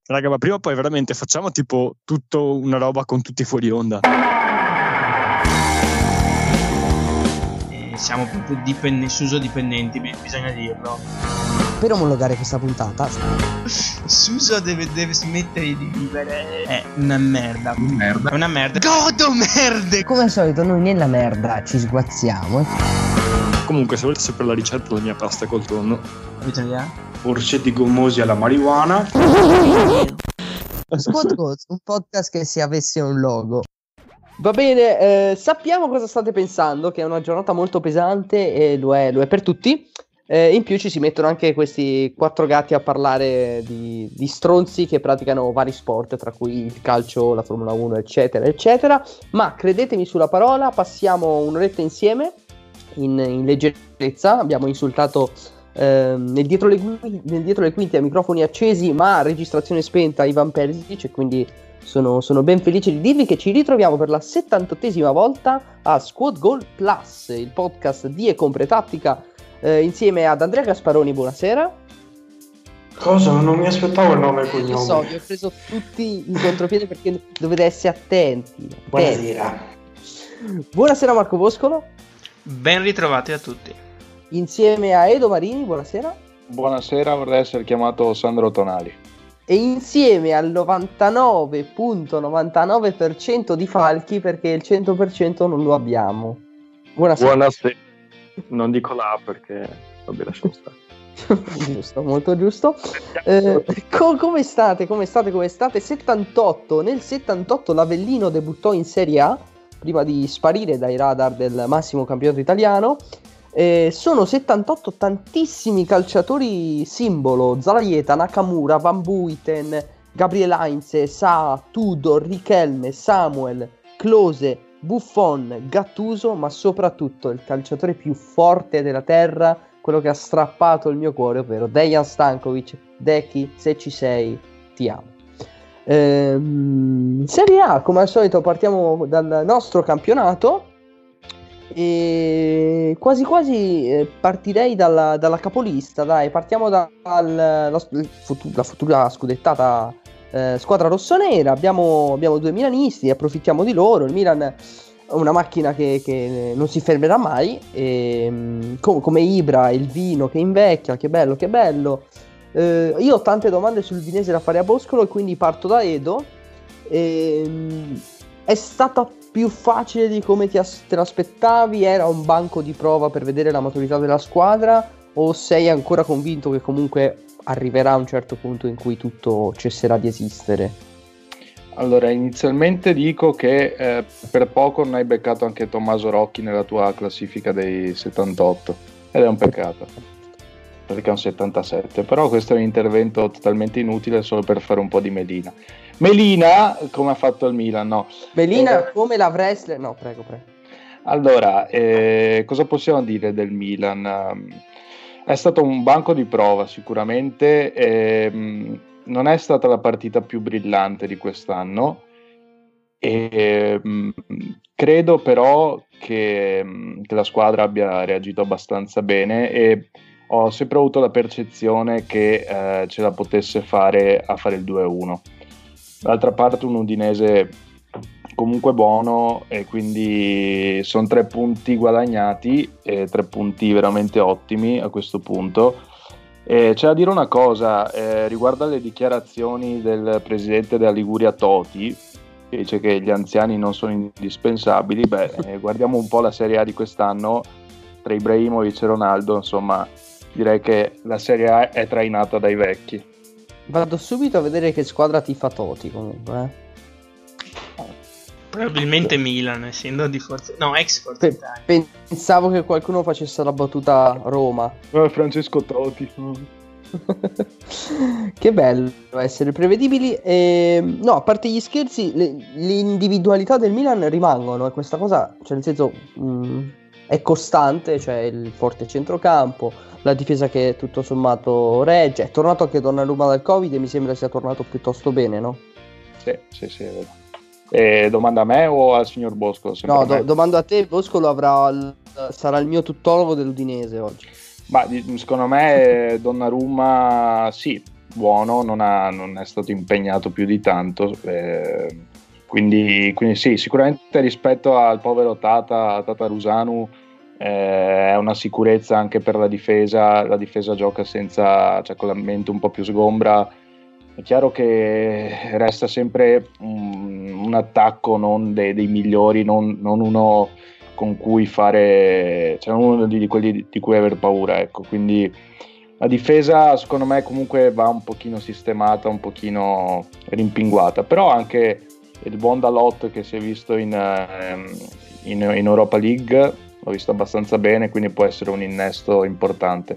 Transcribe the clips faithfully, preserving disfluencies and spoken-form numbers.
Raga, ma prima o poi veramente facciamo tipo tutto una roba con tutti fuori onda. Eh, siamo proprio dipend- Suso dipendenti, bisogna dirlo. Per omologare questa puntata, Suso deve, deve smettere di vivere. È una merda. Merda. È una merda. Godo merde! come al solito noi nella merda ci sguazziamo. eh. Comunque, se volete sapere la ricetta della mia pasta col tonno, Avete un'idea? Orsetti gommosi alla marijuana. Squad Goals, un podcast che se avesse un logo. Va bene, eh, sappiamo cosa state pensando, che è una giornata molto pesante e lo è, lo è per tutti. Eh, in più ci si mettono anche questi quattro gatti a parlare di, di stronzi che praticano vari sport, tra cui il calcio, la Formula uno, eccetera, eccetera. Ma credetemi sulla parola, passiamo un'oretta insieme in, in leggerezza. Abbiamo insultato ehm, nel, dietro le, gui- nel dietro le quinte a microfoni accesi, ma a registrazione spenta, Ivan Perisic, e quindi sono, sono ben felice di dirvi che ci ritroviamo per la settantottesima volta a Squad Goal Plus, il podcast di e con Pretattica. Eh, insieme ad Andrea Gasparoni, buonasera. Cosa? Non mi aspettavo il nome e cognome. Lo so, vi ho preso tutti in contropiede perché dovete essere attenti. attenti. Buonasera. Buonasera Marco Boscolo. Ben ritrovati a tutti. Insieme a Edo Marini, buonasera. Buonasera, vorrei essere chiamato Sandro Tonali. E insieme al novantanove virgola novantanove per cento di falchi, perché il cento per cento non lo abbiamo. Buonasera. Buonasera. Non dico là perché vabbè, lasciamo stare. Giusto, molto giusto. Eh, co- come state? Come state? Come state? settantotto. Nel settantotto l'Avellino debuttò in Serie A prima di sparire dai radar del massimo campionato italiano. Eh, sono settantotto tantissimi calciatori simbolo: Zalaieta, Nakamura, Van Buiten, Gabriel Heinze, Sa, Tudor, Richelme, Samuel, Klose, Buffon, Gattuso, ma soprattutto il calciatore più forte della terra, quello che ha strappato il mio cuore, ovvero Dejan Stankovic. Deki, se ci sei, ti amo. Ehm, Serie A, come al solito partiamo dal nostro campionato e quasi quasi eh, partirei dalla, dalla capolista, dai, partiamo dalla la, la futura scudettata Eh, squadra rossonera. Abbiamo, abbiamo due milanisti, approfittiamo di loro. Il Milan è una macchina che, che non si fermerà mai, e, com- come Ibra, il vino che invecchia, che bello, che bello. Eh, io ho tante domande sull'Udinese da fare a Boscolo e quindi parto da Edo. E, è stata più facile di come ti as- te l'aspettavi? Era un banco di prova per vedere la maturità della squadra, o sei ancora convinto che comunque arriverà a un certo punto in cui tutto cesserà di esistere? Allora, inizialmente dico che eh, per poco non hai beccato anche Tommaso Rocchi nella tua classifica dei settantotto, ed è un peccato, perché è un settantasette, però questo è un intervento totalmente inutile solo per fare un po' di Melina. Melina, come ha fatto il Milan, no? Melina Eh, come la wrestler? No, prego, prego. Allora, eh, cosa possiamo dire del Milan? È stato un banco di prova sicuramente, ehm, non è stata la partita più brillante di quest'anno, e ehm, credo però che, che la squadra abbia reagito abbastanza bene, e ho sempre avuto la percezione che eh, ce la potesse fare a fare il due a uno. D'altra parte un Udinese comunque buono, e quindi sono tre punti guadagnati, e tre punti veramente ottimi a questo punto. E c'è da dire una cosa eh, riguardo alle dichiarazioni del presidente della Liguria Toti, che dice che gli anziani non sono indispensabili. Beh, eh, guardiamo un po' la Serie A di quest'anno, tra Ibrahimovic e Ronaldo, insomma direi che la Serie A è trainata dai vecchi. Vado subito a vedere che squadra tifa Toti comunque, eh. Probabilmente Milan, essendo di Forza... No, ex Forza Pe- Italia. pensavo che qualcuno facesse la battuta Roma. Eh, Francesco Toti. Che bello essere prevedibili. E, no, a parte gli scherzi, le, le individualità del Milan rimangono, e questa cosa, cioè nel senso, mh, è costante. Cioè il forte centrocampo, la difesa che tutto sommato regge. È tornato anche Donnarumma dal Covid e mi sembra sia tornato piuttosto bene, no? Sì, sì, sì, è vero. E domanda a me o al signor Bosco? Sempre No, a me. do- domando a te. Boscolo avrà il- sarà il mio tuttologo dell'Udinese oggi. Ma di- secondo me Donnarumma sì, buono, non, ha, non è stato impegnato più di tanto, eh, quindi, quindi sì, sicuramente rispetto al povero Tata, Tata Rusanu, eh, è una sicurezza anche per la difesa. La difesa gioca senza, cioè con la mente un po' più sgombra. È chiaro che resta sempre un, un attacco non dei, dei migliori, non, non uno con cui fare, cioè uno di, di quelli di, di cui aver paura, ecco. Quindi la difesa secondo me comunque va un pochino sistemata, un pochino rimpinguata, però anche il buon Dalot che si è visto in, in, in Europa League l'ho visto abbastanza bene, quindi può essere un innesto importante.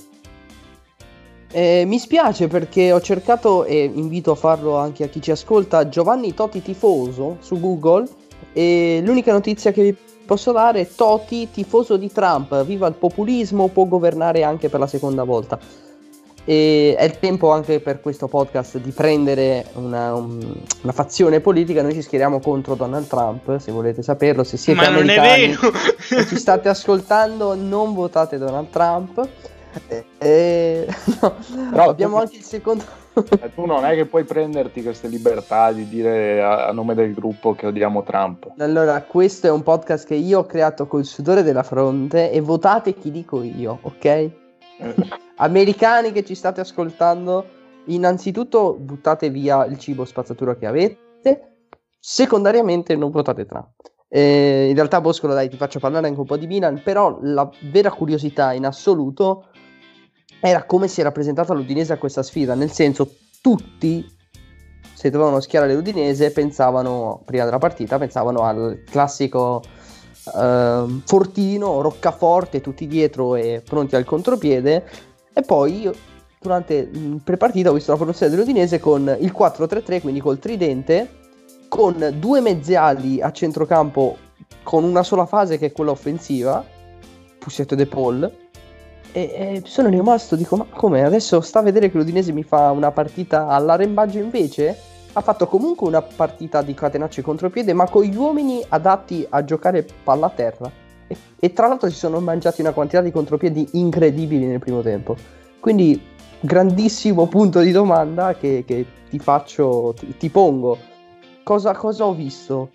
Eh, mi spiace perché ho cercato, e invito a farlo anche a chi ci ascolta, Giovanni Totti tifoso su Google, e l'unica notizia che vi posso dare è Totti tifoso di Trump, viva il populismo, può governare anche per la seconda volta. E è il tempo anche per questo podcast di prendere una, un, una fazione politica. Noi ci schieriamo contro Donald Trump, se volete saperlo, se siete Ma non americani è vero. e ci state ascoltando, non votate Donald Trump. E, e, no, Però abbiamo tu, anche il secondo. Tu non è che puoi prenderti queste libertà di dire a, a nome del gruppo che odiamo Trump. Allora, questo è un podcast che io ho creato col sudore della fronte e votate chi dico io, ok? Americani che ci state ascoltando, innanzitutto buttate via il cibo spazzatura che avete, secondariamente non votate Trump. Eh, in realtà Boscolo, dai, ti faccio parlare anche un po' di Milan, però la vera curiosità in assoluto era come si era presentata l'Udinese a questa sfida, nel senso, tutti, se dovevano schierare l'Udinese, pensavano, prima della partita, pensavano al classico uh, fortino, roccaforte, tutti dietro e pronti al contropiede. E poi io, durante il prepartita, ho visto la formazione dell'Udinese con il quattro tre tre, quindi col tridente, con due mezze ali a centrocampo, con una sola fase che è quella offensiva, Pussetto De Paul, e, e sono rimasto, dico, ma come? Adesso sta a vedere che l'Udinese mi fa una partita all'arrembaggio, invece ha fatto comunque una partita di catenaccio e contropiede, ma con gli uomini adatti a giocare palla a terra. E, e tra l'altro si sono mangiati una quantità di contropiedi incredibili nel primo tempo. Quindi grandissimo punto di domanda che, che ti faccio, ti, ti pongo. Cosa, cosa ho visto?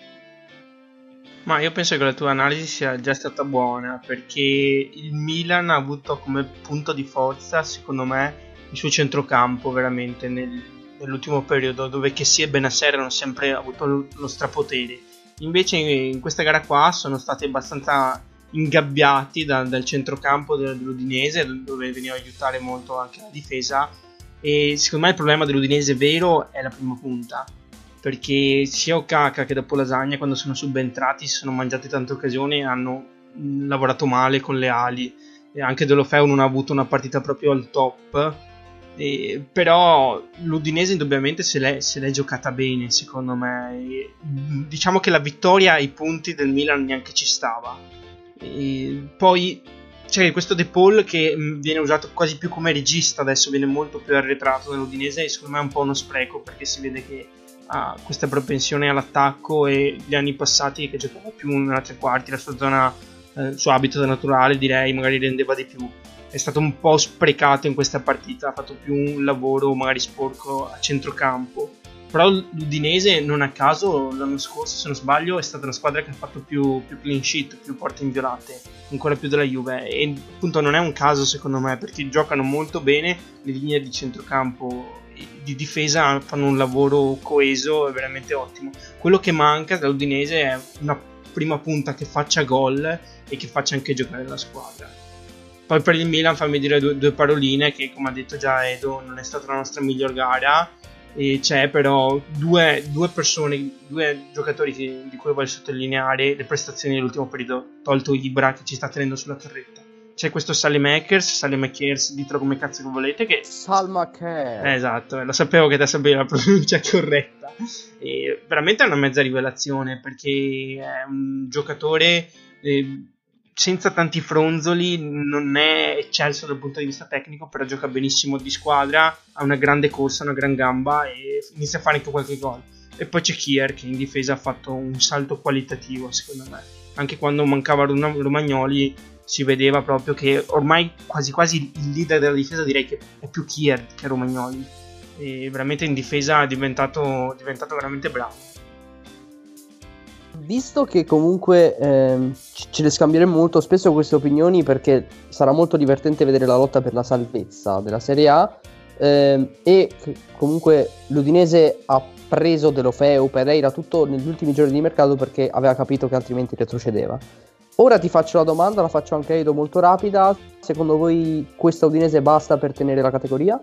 Ma io penso che la tua analisi sia già stata buona, perché il Milan ha avuto come punto di forza, secondo me, il suo centrocampo veramente nel, nell'ultimo periodo, dove Kessie e Bennacer hanno sempre avuto lo, lo strapotere. Invece in questa gara qua sono stati abbastanza ingabbiati da, dal centrocampo dell'Udinese, dove veniva a aiutare molto anche la difesa, e secondo me il problema dell'Udinese vero è la prima punta, perché sia Okaka che dopo Lasagna, quando sono subentrati, si sono mangiati tante occasioni e hanno lavorato male con le ali, e anche Deulofeu non ha avuto una partita proprio al top. Eh, però l'Udinese indubbiamente se l'è, se l'è giocata bene, secondo me. E, diciamo che la vittoria ai punti del Milan neanche ci stava. E poi c'è questo De Paul che viene usato quasi più come regista, adesso viene molto più arretrato nell'Udinese, e secondo me è un po' uno spreco, perché si vede che ha questa propensione all'attacco, e gli anni passati che giocava più nella tre quarti, la sua zona, eh, il suo habitat naturale, direi, magari rendeva di più. È stato un po' sprecato in questa partita, ha fatto più un lavoro magari sporco a centrocampo. Però l'Udinese, non a caso, l'anno scorso, se non sbaglio, è stata la squadra che ha fatto più, più clean sheet, più porte inviolate, ancora più della Juve. E appunto non è un caso, secondo me, perché giocano molto bene, le linee di centrocampo e di difesa fanno un lavoro coeso e veramente ottimo. Quello che manca dall'Udinese è una prima punta che faccia gol e che faccia anche giocare la squadra. Poi per il Milan fammi dire due, due paroline, che come ha detto già Edo non è stata la nostra miglior gara, e c'è però due, due persone, due giocatori che, di cui voglio sottolineare le prestazioni dell'ultimo periodo, tolto Ibra che ci sta tenendo sulla torretta. C'è questo Salemakers, Salemakers, ditelo come cazzo che volete, che Salmakers. Eh, esatto, eh, lo sapevo che te sapevi la pronuncia corretta. E veramente è una mezza rivelazione, perché è un giocatore eh, senza tanti fronzoli, non è eccelso dal punto di vista tecnico, però gioca benissimo di squadra, ha una grande corsa, una gran gamba e inizia a fare anche qualche gol. E poi c'è Kier che in difesa ha fatto un salto qualitativo, secondo me. Anche quando mancava Romagnoli si vedeva proprio che ormai quasi quasi il leader della difesa, direi che è più Kier che Romagnoli. e veramente in difesa è diventato, diventato veramente bravo. Visto che comunque ehm, c- ce le scambieremo molto spesso queste opinioni, perché sarà molto divertente vedere la lotta per la salvezza della Serie A, ehm, e c- comunque l'Udinese ha preso De Lofeu, Pereira, tutto negli ultimi giorni di mercato perché aveva capito che altrimenti retrocedeva. Ora ti faccio la domanda, la faccio anche io molto rapida: secondo voi questa Udinese basta per tenere la categoria?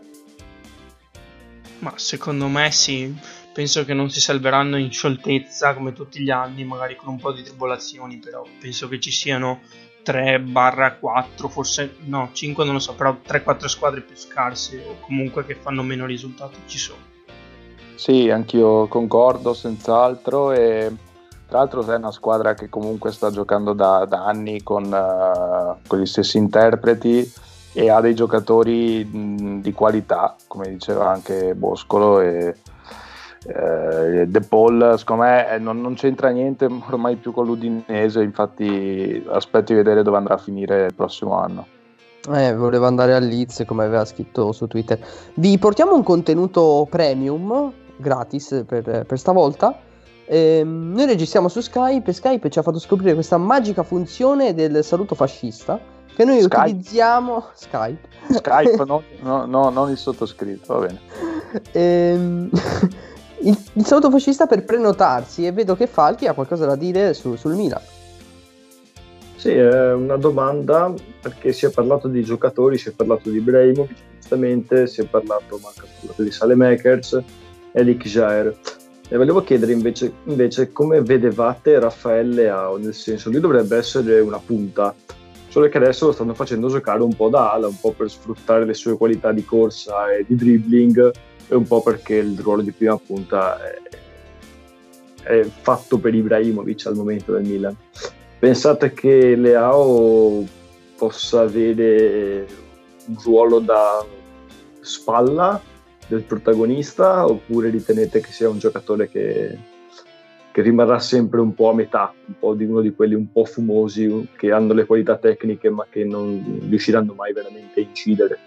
Ma secondo me sì, penso che non si salveranno in scioltezza come tutti gli anni, magari con un po' di tribolazioni, però penso che ci siano tre quattro, forse no, cinque non lo so, però tre quattro squadre più scarse o comunque che fanno meno risultati ci sono. Sì, anch'io concordo senz'altro, e tra l'altro è una squadra che comunque sta giocando da, da anni con, uh, con gli stessi interpreti e ha dei giocatori mh, di qualità, come diceva anche Boscolo, e eh, De Paul secondo me eh, non, non c'entra niente ormai più con l'Udinese, infatti aspetto di vedere dove andrà a finire il prossimo anno. Eh, voleva andare a Leeds, come aveva scritto su Twitter. Vi portiamo un contenuto premium gratis per, per stavolta. Ehm, noi registriamo su Skype e Skype ci ha fatto scoprire questa magica funzione del saluto fascista che noi Skype. utilizziamo. Skype Skype, no, no, no, non il sottoscritto, va bene. ehm, il, il saluto fascista per prenotarsi, e vedo che Falchi ha qualcosa da dire su, sul Milan. Sì, è una domanda, perché si è parlato di giocatori, si è parlato di Ibrahimovic, giustamente, si è parlato, manca parlato di Saelemaekers e di Kjaer. E volevo chiedere invece, invece come vedevate Raffaele Leao, nel senso lui dovrebbe essere una punta, solo che adesso lo stanno facendo giocare un po' da ala, un po' per sfruttare le sue qualità di corsa e di dribbling, e un po' perché il ruolo di prima punta è, è fatto per Ibrahimovic al momento del Milan. Pensate che Leao possa avere un ruolo da spalla del protagonista, oppure ritenete che sia un giocatore che, che rimarrà sempre un po' a metà, un po' di uno di quelli un po' fumosi che hanno le qualità tecniche ma che non riusciranno mai veramente a incidere?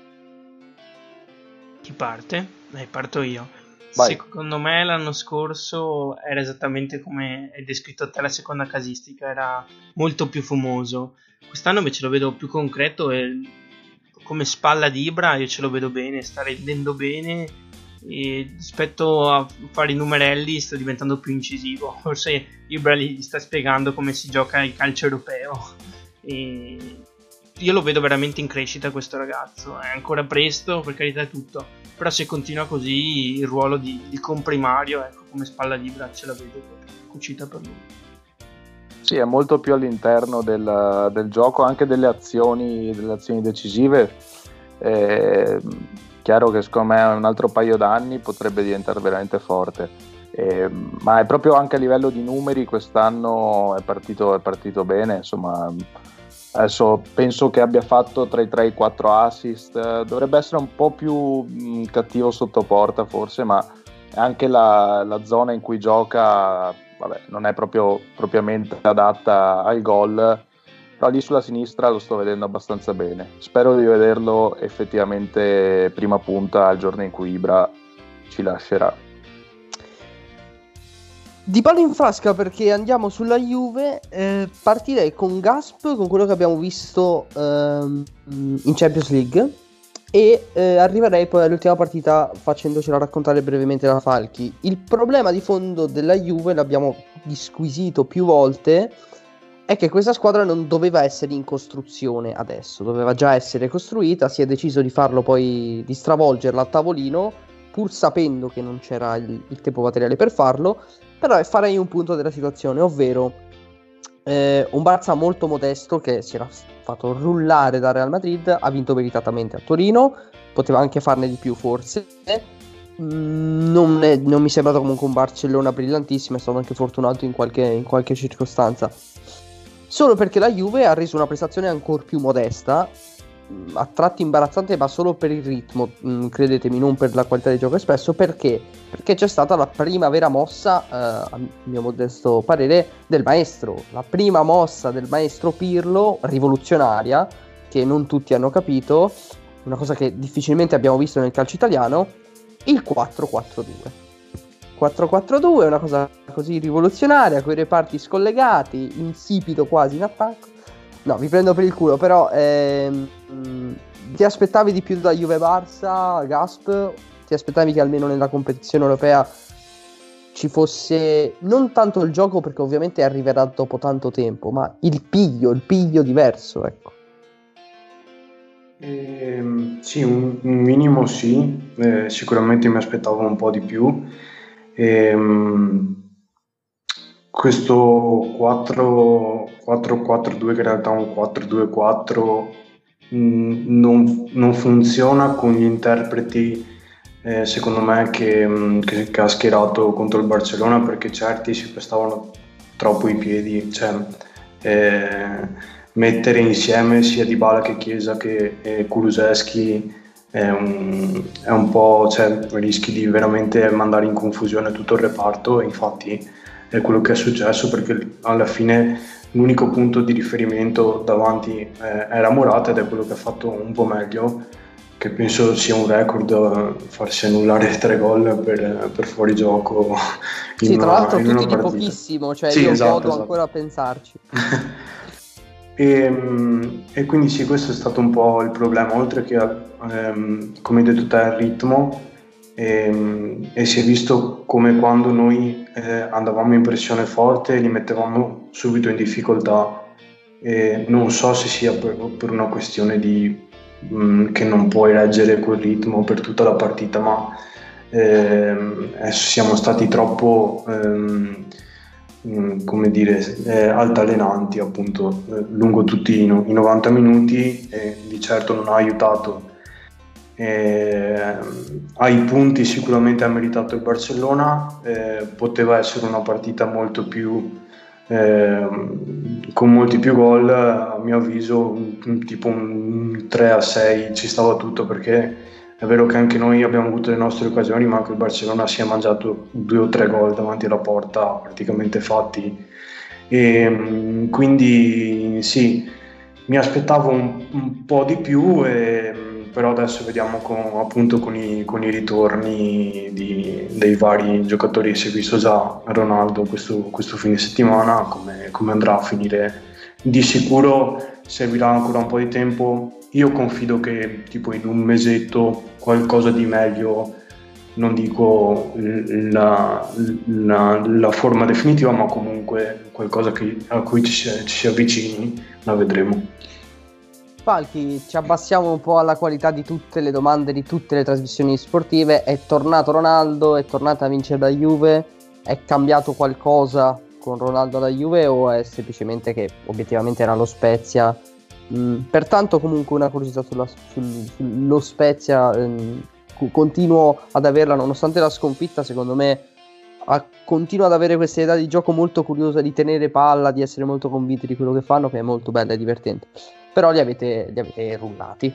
Chi parte? Eh, parto io. Vai. Secondo me l'anno scorso era esattamente come è descritto a te la seconda casistica, era molto più fumoso. Quest'anno invece lo vedo più concreto e come spalla di Ibra io ce lo vedo bene, sta rendendo bene, e rispetto a fare i numerelli sta diventando più incisivo. Forse Ibra gli sta spiegando come si gioca il calcio europeo, e io lo vedo veramente in crescita questo ragazzo. È ancora presto, per carità è tutto, però se continua così il ruolo di, di comprimario, ecco, come spalla di Ibra ce la vedo cucita per lui. Sì, è molto più all'interno del, del gioco, anche delle azioni, delle azioni decisive. È chiaro che secondo me un altro paio d'anni potrebbe diventare veramente forte, e, ma è proprio anche a livello di numeri quest'anno è partito, è partito bene, insomma. Adesso penso che abbia fatto tra i tre e i quattro assist, dovrebbe essere un po' più mh, cattivo sotto porta forse, ma anche la, la zona in cui gioca, vabbè, non è proprio propriamente adatta al gol, però lì sulla sinistra lo sto vedendo abbastanza bene. Spero di vederlo effettivamente prima punta il giorno in cui Ibra ci lascerà. Di palo in frasca, perché andiamo sulla Juve. eh, partirei con Gasp, con quello che abbiamo visto ehm, in Champions League, e eh, arriverei poi all'ultima partita facendocela raccontare brevemente da Falchi. Il problema di fondo della Juve, l'abbiamo disquisito più volte, è che questa squadra non doveva essere in costruzione adesso, doveva già essere costruita. Si è deciso di farlo poi, di stravolgerla a tavolino, pur sapendo che non c'era il, il tempo materiale per farlo. Però farei un punto della situazione, ovvero eh, un Barça molto modesto che si era fatto rullare da Real Madrid, ha vinto meritatamente a Torino, poteva anche farne di più forse. Mm, non, è, non mi è sembrato comunque un Barcellona brillantissimo, è stato anche fortunato in qualche, in qualche circostanza. Solo perché la Juve ha reso una prestazione ancora più modesta, a tratti imbarazzante, ma solo per il ritmo, mh, credetemi, non per la qualità di gioco espresso. Perché? Perché c'è stata la prima vera mossa, eh, a mio modesto parere, del maestro. La prima mossa del maestro Pirlo, rivoluzionaria, che non tutti hanno capito, una cosa che difficilmente abbiamo visto nel calcio italiano, il quattro quattro due. quattro quattro due è una cosa così rivoluzionaria, con i reparti scollegati, insipido quasi in attacco. No, vi prendo per il culo, però ehm, ti aspettavi di più da Juve Barça, Gasp? Ti aspettavi che almeno nella competizione europea ci fosse non tanto il gioco, perché ovviamente arriverà dopo tanto tempo, ma il piglio, il piglio diverso, ecco. Ehm, sì, un, un minimo sì, eh, sicuramente mi aspettavo un po' di più. Ehm, questo quattro quattro due, che in realtà è un quattro due quattro, mh, non, non funziona con gli interpreti, eh, secondo me, che, mh, che, che ha schierato contro il Barcellona, perché certi si prestavano troppo i piedi, cioè eh, mettere insieme sia Dybala che Chiesa che eh, Kulusevski è un, è un po', cioè rischi di veramente mandare in confusione tutto il reparto, e infatti è quello che è successo, perché alla fine l'unico punto di riferimento davanti eh, era Morata, ed è quello che ha fatto un po' meglio, che penso sia un record, eh, farsi annullare tre gol per, per fuorigioco in sì, tra una, l'altro in tutti una di partita. pochissimo, cioè Sì, io esatto, godo esatto. ancora a pensarci. E, e quindi sì, questo è stato un po' il problema, oltre che ehm, come hai detto te, il ritmo, e, e si è visto come quando noi eh, andavamo in pressione forte li mettevamo subito in difficoltà, e non so se sia per, per una questione di mh, che non puoi reggere quel ritmo per tutta la partita, ma ehm, siamo stati troppo ehm, come dire, eh, altalenanti, appunto, eh, lungo tutti i, no, i novanta minuti, e di certo non ha aiutato. Eh, ai punti sicuramente ha meritato il Barcellona, eh, poteva essere una partita molto più eh, con molti più gol, a mio avviso un, un, tipo un tre a sei ci stava tutto, perché è vero che anche noi abbiamo avuto le nostre occasioni, ma anche il Barcellona si è mangiato due o tre gol davanti alla porta praticamente fatti, e quindi sì, mi aspettavo un, un po' di più, e, però adesso vediamo con, appunto con i, con i ritorni di, dei vari giocatori. Si è visto già Ronaldo questo, questo fine settimana come, come andrà a finire. Di sicuro servirà ancora un po' di tempo. Io confido che tipo in un mesetto qualcosa di meglio, non dico la, la, la forma definitiva, ma comunque qualcosa che, a cui ci si, ci si avvicini, la vedremo. Falchi, ci abbassiamo un po' alla qualità di tutte le domande, di tutte le trasmissioni sportive. È tornato Ronaldo, è tornata a vincere la Juve, è cambiato qualcosa con Ronaldo alla Juve, o è semplicemente che obiettivamente era lo Spezia? Mm, pertanto comunque una curiosità sulla, sul, sullo Spezia, ehm, continuo ad averla nonostante la sconfitta. Secondo me a, continuo ad avere questa idea di gioco molto curiosa, di tenere palla, di essere molto convinti di quello che fanno, che è molto bella e divertente. Però li avete, li avete rullati.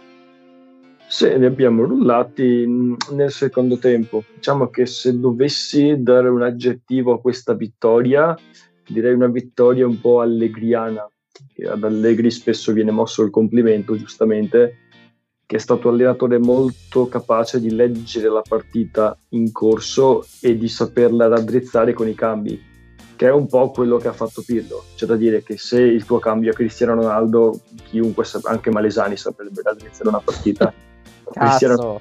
Sì, li abbiamo rullati nel secondo tempo. Diciamo che se dovessi dare un aggettivo a questa vittoria, direi una vittoria un po' allegriana. Ad Allegri spesso viene mosso il complimento, giustamente, che è stato un allenatore molto capace di leggere la partita in corso e di saperla raddrizzare con i cambi, che è un po' quello che ha fatto Pirlo. C'è da dire che se il tuo cambio è Cristiano Ronaldo, chiunque, anche Malesani, saprebbe raddrizzare una partita. Cristiano,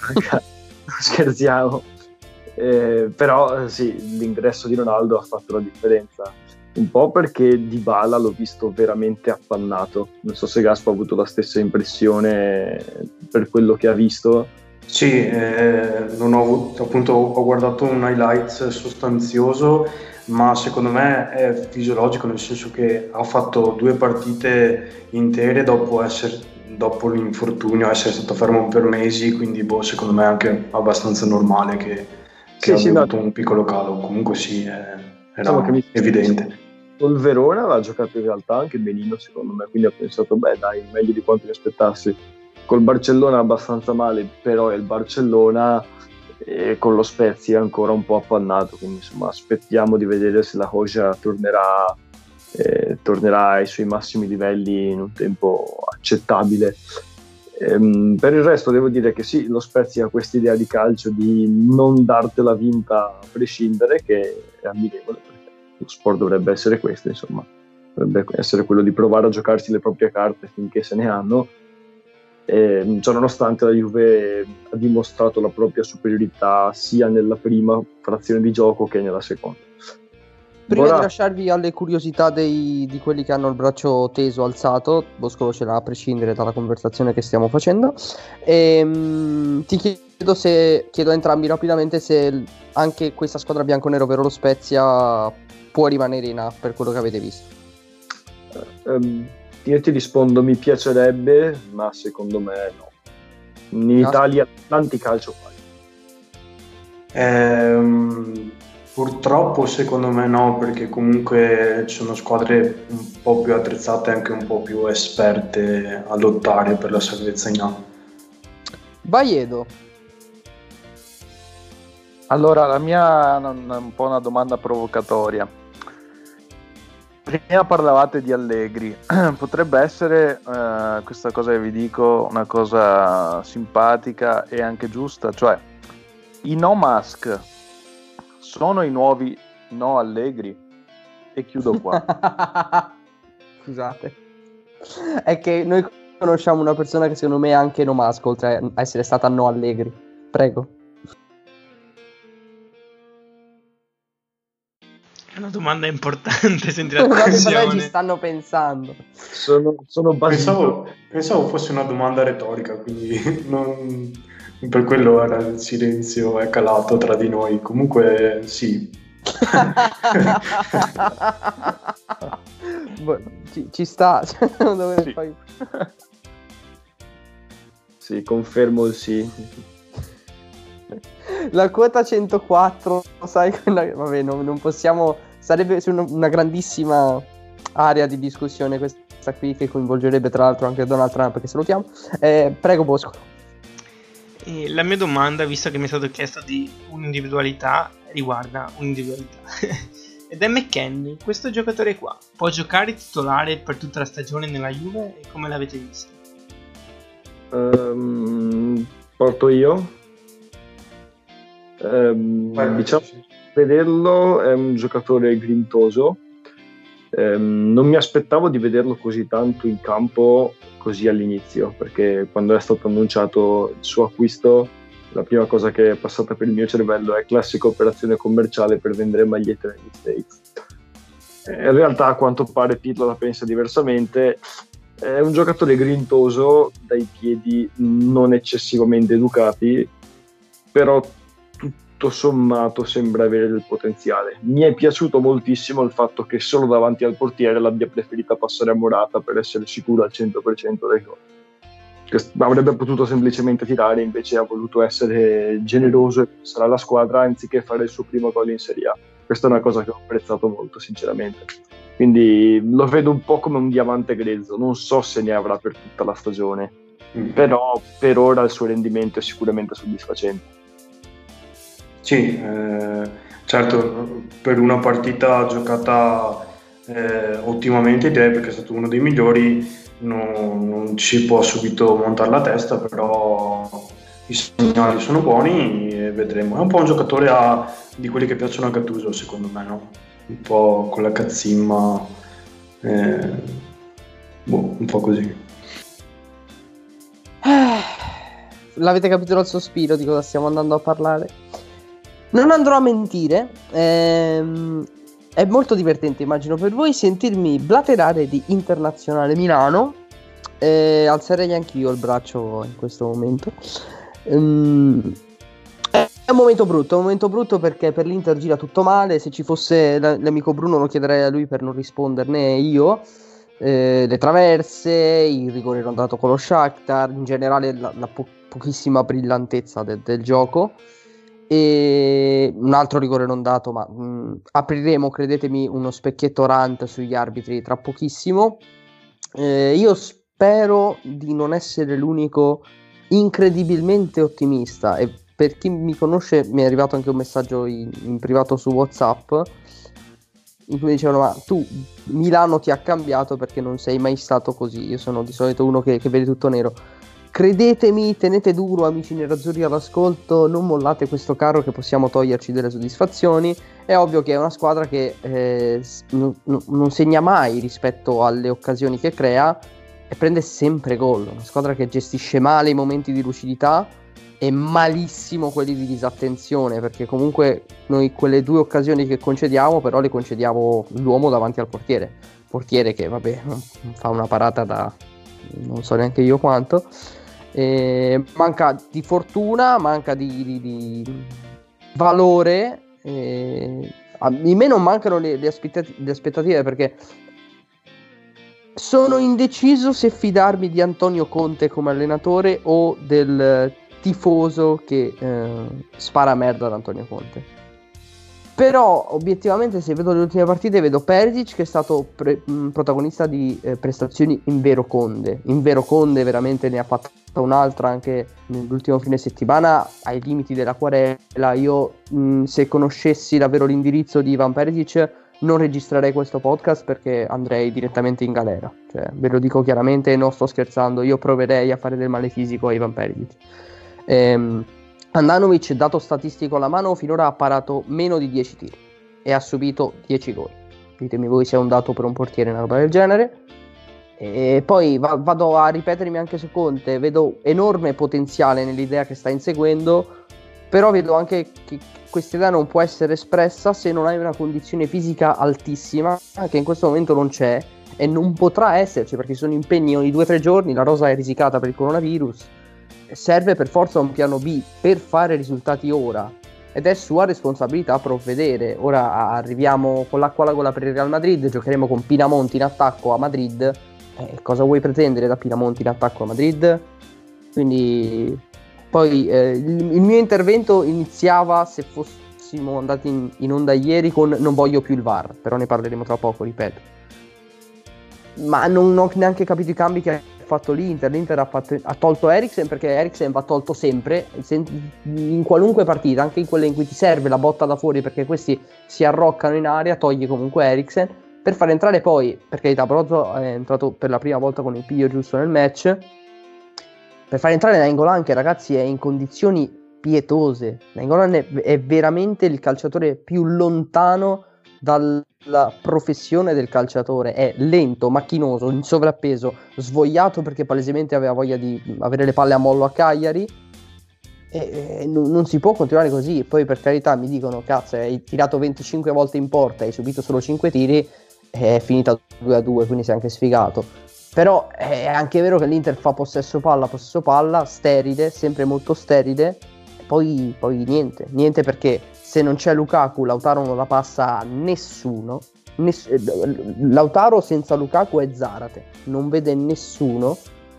scherziamo, eh, però sì, l'ingresso di Ronaldo ha fatto la differenza, un po' perché Dybala l'ho visto veramente appannato. Non so se Gaspo ha avuto la stessa impressione per quello che ha visto. Sì, eh, non ho avuto, appunto ho guardato un highlights sostanzioso, ma secondo me è fisiologico, nel senso che ha fatto due partite intere dopo essere dopo l'infortunio, essere stato fermo per mesi, quindi boh, secondo me è anche abbastanza normale che, che sì, abbia sì, avuto no. un piccolo calo. Comunque sì, è, era Diciamo che mi... evidente. Col Verona aveva giocato in realtà anche benino, secondo me, quindi ho pensato, beh dai, meglio di quanto mi aspettassi. Col Barcellona abbastanza male, però è il Barcellona, e con lo Spezia ancora un po' appannato, quindi insomma aspettiamo di vedere se la Hoja tornerà Eh, tornerà ai suoi massimi livelli in un tempo accettabile. Ehm, per il resto devo dire che sì, lo Spezia ha quest'idea di calcio di non dartela vinta a prescindere, che è ammirevole, perché lo sport dovrebbe essere questo, insomma, dovrebbe essere quello di provare a giocarsi le proprie carte finché se ne hanno. E, cioè, nonostante la Juve ha dimostrato la propria superiorità sia nella prima frazione di gioco che nella seconda. Prima Ora... di lasciarvi alle curiosità dei, di quelli che hanno il braccio teso, alzato, Bosco ce l'ha a prescindere dalla conversazione che stiamo facendo, ehm, ti chiedo se, chiedo a entrambi rapidamente se anche questa squadra bianconero, ovvero lo Spezia, può rimanere in A per quello che avete visto. Um, io ti rispondo, mi piacerebbe, ma secondo me no. In No. Italia tanti calcio fai. Ehm, purtroppo secondo me no, perché comunque ci sono squadre un po' più attrezzate e anche un po' più esperte a lottare per la salvezza in A. Baiedo. Allora, la mia è una- un po' una domanda provocatoria. Prima parlavate di Allegri, potrebbe essere eh, questa cosa che vi dico una cosa simpatica e anche giusta, cioè i no Musk sono i nuovi no Allegri? E chiudo qua. Scusate, è che noi conosciamo una persona che secondo me è anche no mask, oltre a essere stata no Allegri. Prego. È una domanda importante, senti la Ma per me ci tensione. stanno pensando. Sono, sono basito. Pensavo, pensavo fosse una domanda retorica, quindi non, per quello era il silenzio è calato tra di noi. Comunque sì. Boh, ci, ci sta. Dove Sì. fai... Sì, confermo il sì. La quota centoquattro, sai, quella... vabbè, no, non possiamo, sarebbe una, una grandissima area di discussione questa qui, che coinvolgerebbe tra l'altro anche Donald Trump, che salutiamo. Eh, prego Bosco. E la mia domanda, visto che mi è stato chiesto di un'individualità, riguarda un'individualità. Ed è McKennie, questo giocatore qua. Può giocare titolare per tutta la stagione nella Juve? E come l'avete visto? Ehm, porto io. Ehm, Vai, diciamo, sì. vederlo è un giocatore grintoso. Ehm, non mi aspettavo di vederlo così tanto in campo così all'inizio, perché quando è stato annunciato il suo acquisto, la prima cosa che è passata per il mio cervello è classica operazione commerciale per vendere magliette negli States. In realtà, a quanto pare, Pirlo la pensa diversamente. È un giocatore grintoso, dai piedi non eccessivamente educati, però tutto sommato sembra avere del potenziale. Mi è piaciuto moltissimo il fatto che solo davanti al portiere l'abbia preferita passare a Morata per essere sicuro al cento per cento del gol. Che avrebbe potuto semplicemente tirare, invece ha voluto essere generoso e pensare alla squadra anziché fare il suo primo gol in Serie A. Questa è una cosa che ho apprezzato molto, sinceramente. Quindi lo vedo un po' come un diamante grezzo, non so se ne avrà per tutta la stagione, Mm. però per ora il suo rendimento è sicuramente soddisfacente. Sì, eh, certo, per una partita giocata eh, ottimamente direi, perché è stato uno dei migliori, non, non ci può subito montare la testa, però i segnali sono buoni e vedremo. È un po' un giocatore a, di quelli che piacciono a Gattuso, secondo me, no? Un po' con la cazzimma, eh, boh, un po' così. L'avete capito dal sospiro di cosa stiamo andando a parlare? Non andrò a mentire, ehm, è molto divertente, immagino per voi, sentirmi blaterare di Internazionale Milano. Eh, alzerei anch'io il braccio in questo momento. Ehm, è un momento brutto, è un momento brutto perché per l'Inter gira tutto male. Se ci fosse l- l'amico Bruno lo chiederei a lui per non risponderne io. Eh, le traverse, il rigore non dato con lo Shakhtar, in generale la, la po- pochissima brillantezza de- del gioco. E un altro rigore non dato, ma mh, apriremo, credetemi, uno specchietto rant sugli arbitri tra pochissimo. Eh, io spero di non essere l'unico incredibilmente ottimista, e per chi mi conosce mi è arrivato anche un messaggio in, in privato su WhatsApp in cui mi dicevano: ma tu Milano ti ha cambiato perché non sei mai stato così. Io sono di solito uno che, che vede tutto nero. credetemi, tenete duro amici nerazzurri all'ascolto, non mollate questo carro che possiamo toglierci delle soddisfazioni. È ovvio che è una squadra che eh, n- n- non segna mai rispetto alle occasioni che crea e prende sempre gol, una squadra che gestisce male i momenti di lucidità e malissimo quelli di disattenzione, perché comunque noi quelle due occasioni che concediamo però le concediamo l'uomo davanti al portiere, portiere che vabbè fa una parata da non so neanche io quanto. Eh, manca di fortuna, manca di, di, di valore. Eh, a me non mancano le, le, aspettati- le aspettative, perché sono indeciso se fidarmi di Antonio Conte come allenatore o del tifoso che eh, spara merda ad Antonio Conte. Però obiettivamente, se vedo le ultime partite, vedo Perisic che è stato pre- mh, protagonista di eh, prestazioni in vero conde. In vero conde veramente ne ha fatta un'altra anche nell'ultimo fine settimana ai limiti dell'acquarella. Io mh, se conoscessi davvero l'indirizzo di Ivan Perisic non registrerei questo podcast, perché andrei direttamente in galera. Cioè, ve lo dico chiaramente, non sto scherzando, io proverei a fare del male fisico a Ivan Perisic. Ehm... Handanovic, dato statistico alla mano, finora ha parato meno di dieci tiri e ha subito dieci gol. Ditemi voi se è un dato per un portiere una roba del genere. E poi va- vado a ripetermi anche su Conte, vedo enorme potenziale nell'idea che sta inseguendo, però vedo anche che questa idea non può essere espressa se non hai una condizione fisica altissima, che in questo momento non c'è e non potrà esserci, perché sono impegni ogni due o tre giorni, la rosa è risicata per il coronavirus. Serve per forza un piano B per fare risultati ora, ed è sua responsabilità provvedere. Ora arriviamo con l'acqua alla gola per il Real Madrid, giocheremo con Pinamonti in attacco a Madrid. Eh, cosa vuoi pretendere da Pinamonti in attacco a Madrid? Quindi poi eh, il, il mio intervento iniziava, se fossimo andati in, in onda ieri, con non voglio più il V A R, però ne parleremo tra poco, ripeto. Ma non ho neanche capito i cambi che ha fatto l'Inter. L'Inter ha, fatto, ha tolto Eriksen, perché Eriksen va tolto sempre in qualunque partita, anche in quelle in cui ti serve la botta da fuori perché questi si arroccano in aria, togli comunque Eriksen per far entrare poi, per carità, Brozo è entrato per la prima volta con il piglio giusto nel match, per far entrare Nainggolan, che ragazzi è in condizioni pietose. Nainggolan è, è veramente il calciatore più lontano dalla professione del calciatore, è lento, macchinoso, in sovrappeso, svogliato perché palesemente aveva voglia di avere le palle a mollo a Cagliari, e, e non, non si può continuare così. Poi per carità mi dicono cazzo, hai tirato venticinque volte in porta, hai subito solo cinque tiri, è finita due a due, quindi sei anche sfigato. Però è anche vero che l'Inter fa possesso palla, possesso palla, sterile, sempre molto sterile, e poi, poi niente, niente perché se non c'è Lukaku, Lautaro non la passa a nessuno. Ness- Lautaro senza Lukaku è Zarate, non vede nessuno.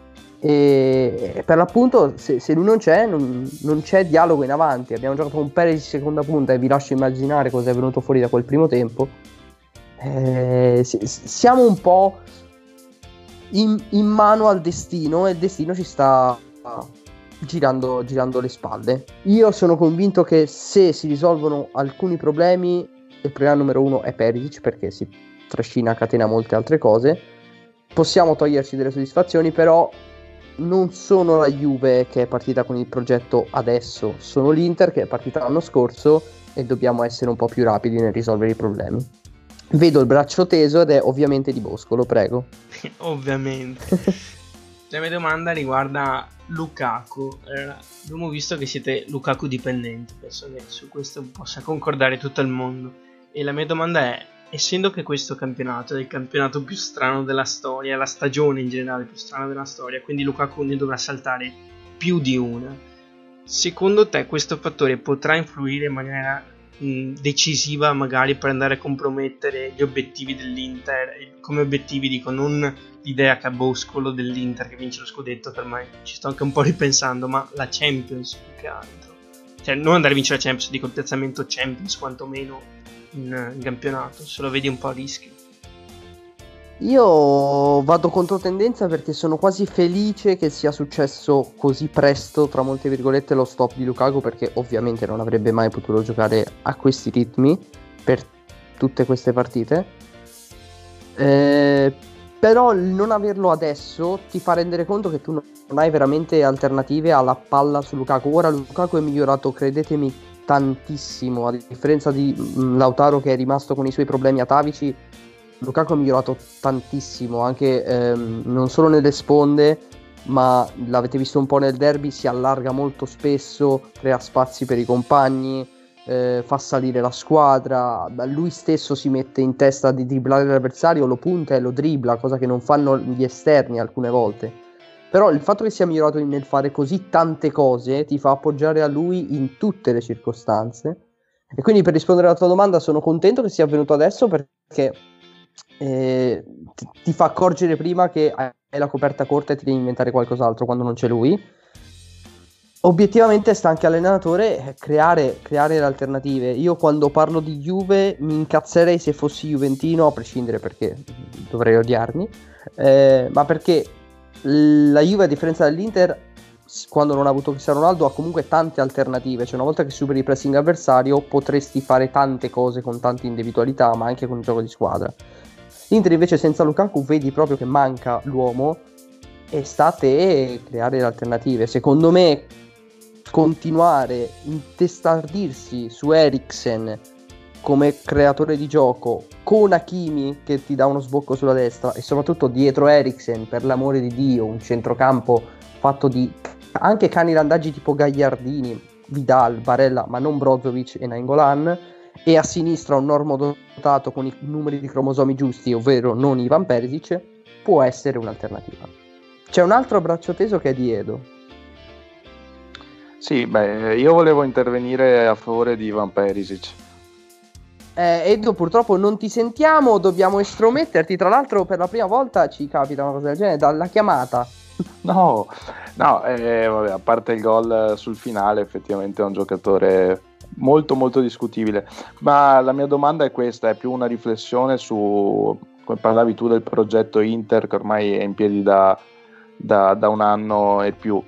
E per l'appunto, se, se lui non c'è, non, non c'è dialogo in avanti. Abbiamo giocato con Perez in seconda punta e vi lascio immaginare cosa è venuto fuori da quel primo tempo. Eh, siamo un po' in, in mano al destino, e il destino ci sta girando, girando le spalle. Io sono convinto che se si risolvono alcuni problemi, il problema numero uno è Perisic, perché si trascina a catena molte altre cose. Possiamo toglierci delle soddisfazioni, però non sono la Juve che è partita con il progetto adesso, sono l'Inter che è partita l'anno scorso, e dobbiamo essere un po' più rapidi nel risolvere i problemi. Vedo il braccio teso ed è ovviamente di Bosco, lo prego. Ovviamente. La mia domanda riguarda Lukaku. Eh, abbiamo visto che siete Lukaku dipendenti, penso che su questo possa concordare tutto il mondo. E la mia domanda è, essendo che questo campionato è il campionato più strano della storia, la stagione in generale più strana della storia, quindi Lukaku ne dovrà saltare più di una, secondo te questo fattore potrà influire in maniera mh, decisiva magari per andare a compromettere gli obiettivi dell'Inter? Come obiettivi dico non l'idea che ha Boscolo dell'Inter che vince lo scudetto, per me ci sto anche un po' ripensando, ma la Champions più che altro, cioè non andare a vincere la Champions, dico il piazzamento Champions quantomeno in, in campionato, se lo vedi un po' a rischio. Io vado contro tendenza perché sono quasi felice che sia successo così presto, tra molte virgolette, lo stop di Lukaku, perché ovviamente non avrebbe mai potuto giocare a questi ritmi per tutte queste partite. Eh, però il non averlo adesso ti fa rendere conto che tu non hai veramente alternative alla palla su Lukaku. Ora Lukaku è migliorato, credetemi, tantissimo, a differenza di mh, Lautaro che è rimasto con i suoi problemi atavici. Lukaku è migliorato tantissimo, anche ehm, non solo nelle sponde, ma l'avete visto un po' nel derby, si allarga molto spesso, crea spazi per i compagni, eh, fa salire la squadra, lui stesso si mette in testa di dribblare l'avversario, lo punta e lo dribbla, cosa che non fanno gli esterni alcune volte. Però il fatto che sia migliorato nel fare così tante cose ti fa appoggiare a lui in tutte le circostanze. E quindi, per rispondere alla tua domanda, sono contento che sia avvenuto adesso, perché eh, ti, ti fa accorgere prima che hai la coperta corta e ti devi inventare qualcos'altro quando non c'è lui. Obiettivamente sta anche all'allenatore creare, creare le alternative. Io quando parlo di Juve mi incazzerei se fossi juventino, a prescindere, perché dovrei odiarmi, eh, ma perché la Juve, a differenza dell'Inter, quando non ha avuto Cristiano Ronaldo, ha comunque tante alternative. Cioè, una volta che superi il pressing avversario potresti fare tante cose con tante individualità, ma anche con il gioco di squadra. L'Inter invece senza Lukaku vedi proprio che manca l'uomo e sta a te creare le alternative. Secondo me continuare, intestardirsi su Eriksen come creatore di gioco, con Hakimi che ti dà uno sbocco sulla destra, e soprattutto dietro Eriksen, per l'amore di Dio, un centrocampo fatto di anche cani randaggi tipo Gagliardini, Vidal, Barella, ma non Brozovic e Nainggolan, e a sinistra un normodotato con i numeri di cromosomi giusti, ovvero non Ivan Perisic, può essere un'alternativa. C'è un altro braccio teso che è di Edo. Sì, beh, io volevo intervenire a favore di Ivan Perisic. Eh, Edo, purtroppo non ti sentiamo, dobbiamo estrometterti. Tra l'altro, per la prima volta ci capita una cosa del genere, dalla chiamata. No, no, eh, vabbè, a parte il gol sul finale, effettivamente è un giocatore molto molto discutibile. Ma la mia domanda è questa, è più una riflessione su, come parlavi tu del progetto Inter, che ormai è in piedi da, da, da un anno e più.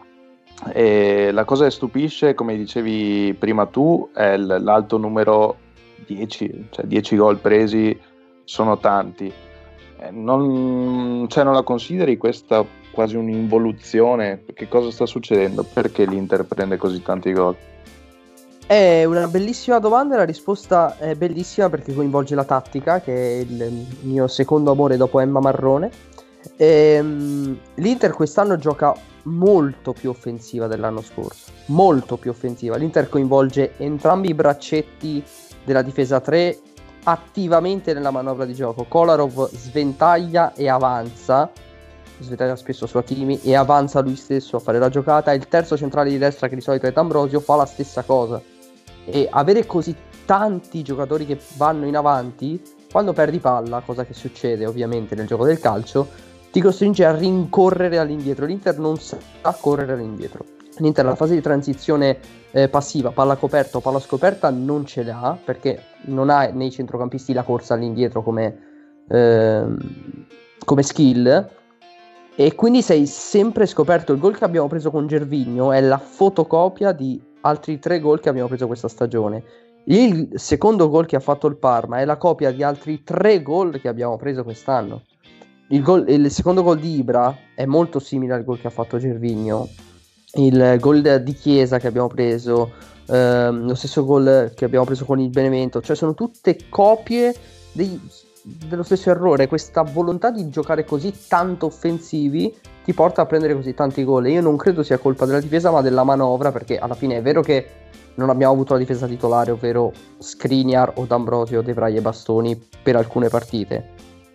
E la cosa che stupisce, come dicevi prima tu, è l'alto numero dieci, cioè dieci gol presi sono tanti. Eh, non, cioè non la consideri questa quasi un'involuzione? Che cosa sta succedendo? Perché l'Inter prende così tanti gol? È una bellissima domanda e la risposta è bellissima perché coinvolge la tattica, che è il mio secondo amore dopo Emma Marrone. Ehm, L'Inter quest'anno gioca molto più offensiva dell'anno scorso, molto più offensiva. L'Inter coinvolge entrambi i braccetti della difesa tre attivamente nella manovra di gioco. Kolarov sventaglia e avanza, sventaglia spesso su Hakimi e avanza lui stesso a fare la giocata. Il terzo centrale di destra, che di solito è D'Ambrosio, fa la stessa cosa. E avere così tanti giocatori che vanno in avanti, quando perdi palla, cosa che succede ovviamente nel gioco del calcio, ti costringe a rincorrere all'indietro. L'Inter non sa correre all'indietro. L'Inter la fase di transizione eh, passiva, palla coperta o palla scoperta, non ce l'ha, perché non ha nei centrocampisti la corsa all'indietro come, eh, come skill, e quindi sei sempre scoperto. Il gol che abbiamo preso con Gervinho è la fotocopia di altri tre gol che abbiamo preso questa stagione. Il secondo gol che ha fatto il Parma è la copia di altri tre gol che abbiamo preso quest'anno. Il, gol, il secondo gol di Ibra è molto simile al gol che ha fatto Gervinho. Il gol di Chiesa che abbiamo preso, ehm, lo stesso gol che abbiamo preso con il Benevento, cioè sono tutte copie dei, dello stesso errore. Questa volontà di giocare così tanto offensivi ti porta a prendere così tanti gol. E io non credo sia colpa della difesa, ma della manovra, perché alla fine è vero che non abbiamo avuto la difesa titolare, ovvero Skriniar o D'Ambrosio, De Vrij e Bastoni per alcune partite,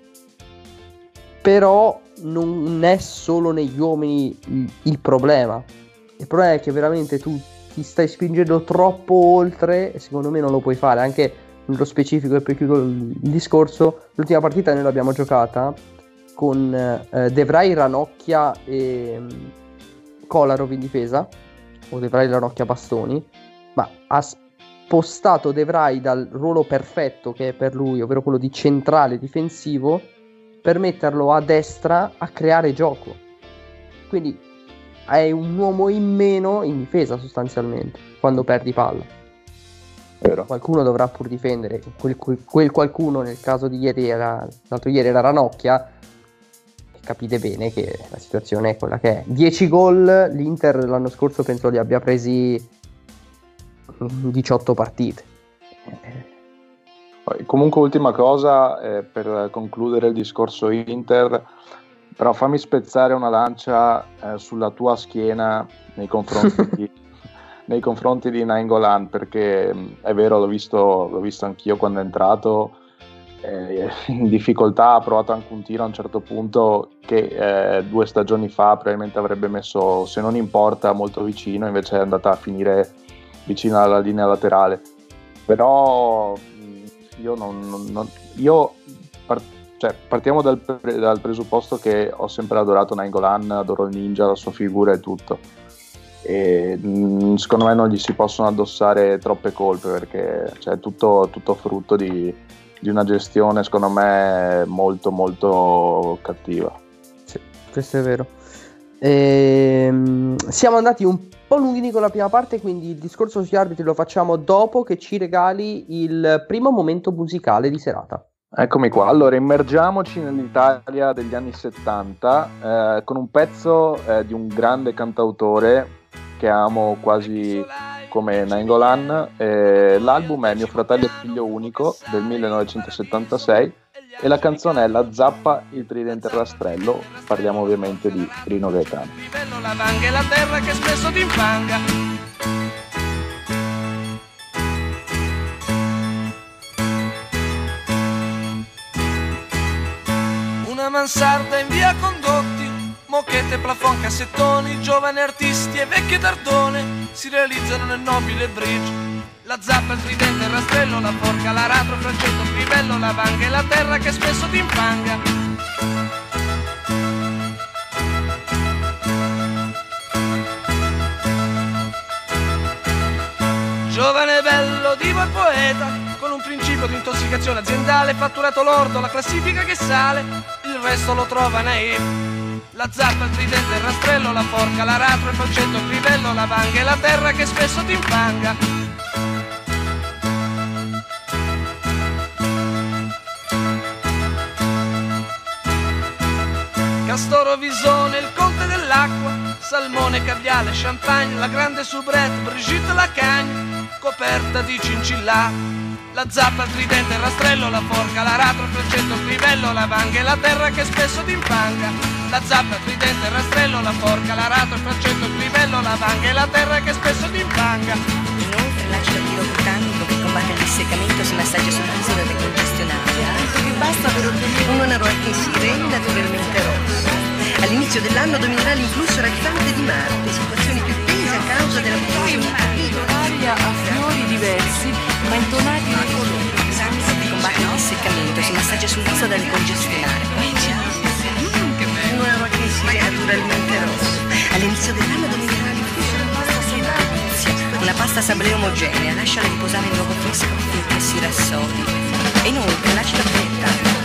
però non è solo negli uomini il, il problema. Il problema è che veramente tu ti stai spingendo troppo oltre e secondo me non lo puoi fare. Anche nello specifico, e poi chiudo il, il discorso, l'ultima partita noi l'abbiamo giocata con eh, De Vrij, Ranocchia e um, Kolarov in difesa, o De Vrij, Ranocchia, Bastoni, ma ha spostato De Vrij dal ruolo perfetto che è per lui, ovvero quello di centrale difensivo, per metterlo a destra a creare gioco. Quindi hai un uomo in meno in difesa sostanzialmente quando perdi palla. Vero. Qualcuno dovrà pur difendere. Quel, quel, quel qualcuno nel caso di ieri era, l'altro ieri era Ranocchia, capite bene che la situazione è quella che è. dieci gol, l'Inter l'anno scorso penso li abbia presi in diciotto partite. Comunque ultima cosa, eh, per concludere il discorso Inter, però fammi spezzare una lancia eh, sulla tua schiena nei confronti di, nei confronti di Nainggolan, perché mh, è vero, l'ho visto, l'ho visto anch'io quando è entrato, eh, in difficoltà, ha provato anche un tiro a un certo punto che eh, due stagioni fa probabilmente avrebbe messo, se non in porta, molto vicino, invece è andata a finire vicino alla linea laterale. Però mh, io non, non, non io part- cioè, partiamo dal, pre- dal presupposto che ho sempre adorato Nainggolan, adoro il ninja, la sua figura e tutto, e mh, secondo me non gli si possono addossare troppe colpe, perché cioè, è tutto, tutto frutto di, di una gestione secondo me molto molto cattiva. Sì, questo è vero. Ehm, siamo andati un po' lunghini con la prima parte, quindi il discorso sugli arbitri lo facciamo dopo che ci regali il primo momento musicale di serata. Eccomi qua, allora immergiamoci nell'Italia degli anni settanta eh, con un pezzo eh, di un grande cantautore che amo quasi come Nainggolan. Eh, l'album è Mio fratello e figlio unico del millenovecentosettantasei e la canzone è La zappa, il tridente e il rastrello. Parliamo ovviamente di Rino Gaetano. La vanga e la terra che spesso ti infanga. Una mansarda in via Condotti, moquette, plafond, cassettoni, giovani artisti e vecchie tardone si realizzano nel nobile bridge. La zappa, il tridente, il rastrello, la forca, l'aratro, il francetto, il crivello, la vanga e la terra che spesso ti infanga. Giovane, bello, divo e poeta, con un principio di intossicazione aziendale, fatturato lordo, la classifica che sale, il resto lo trova naif. La zappa, il tridente, il rastrello, la forca, l'aratro, il falcetto, il crivello, la vanga e la terra che spesso ti infanga. Castoro, Visone, il conte dell'acqua, salmone, caviale, champagne, la grande soubrette, Brigitte Lacagne, coperta di cincillà. La zappa, il tridente, il rastrello, la forca, l'aratro, il francetto, il crivello, la vanga e la terra che spesso ti infanga. La zappa, il tridente, il rastrello, la forca, l'aratro, il francetto, il crivello, la vanga e la terra che spesso ti infanga. Inoltre l'agito pirotecnico che combatte il disseccamento si massaggia sul viso del decongestionato, tanto che basta per ottenere un Roacchin Sirene naturalmente rosso. All'inizio dell'anno dominerà l'influsso raggante di Marte, situazioni più tese a causa della aria a fiori diversi ma intonati nei colori. Che combatte il disseccamento si massaggia sul viso da decongestionare. Un Roacchin Sirene naturalmente rosso. All'inizio dell'anno dominerà l'influsso della pasta sablea. Una pasta sablea omogenea, lasciala riposare in luogo fresco finché si rassodi. E inoltre l'acido beta.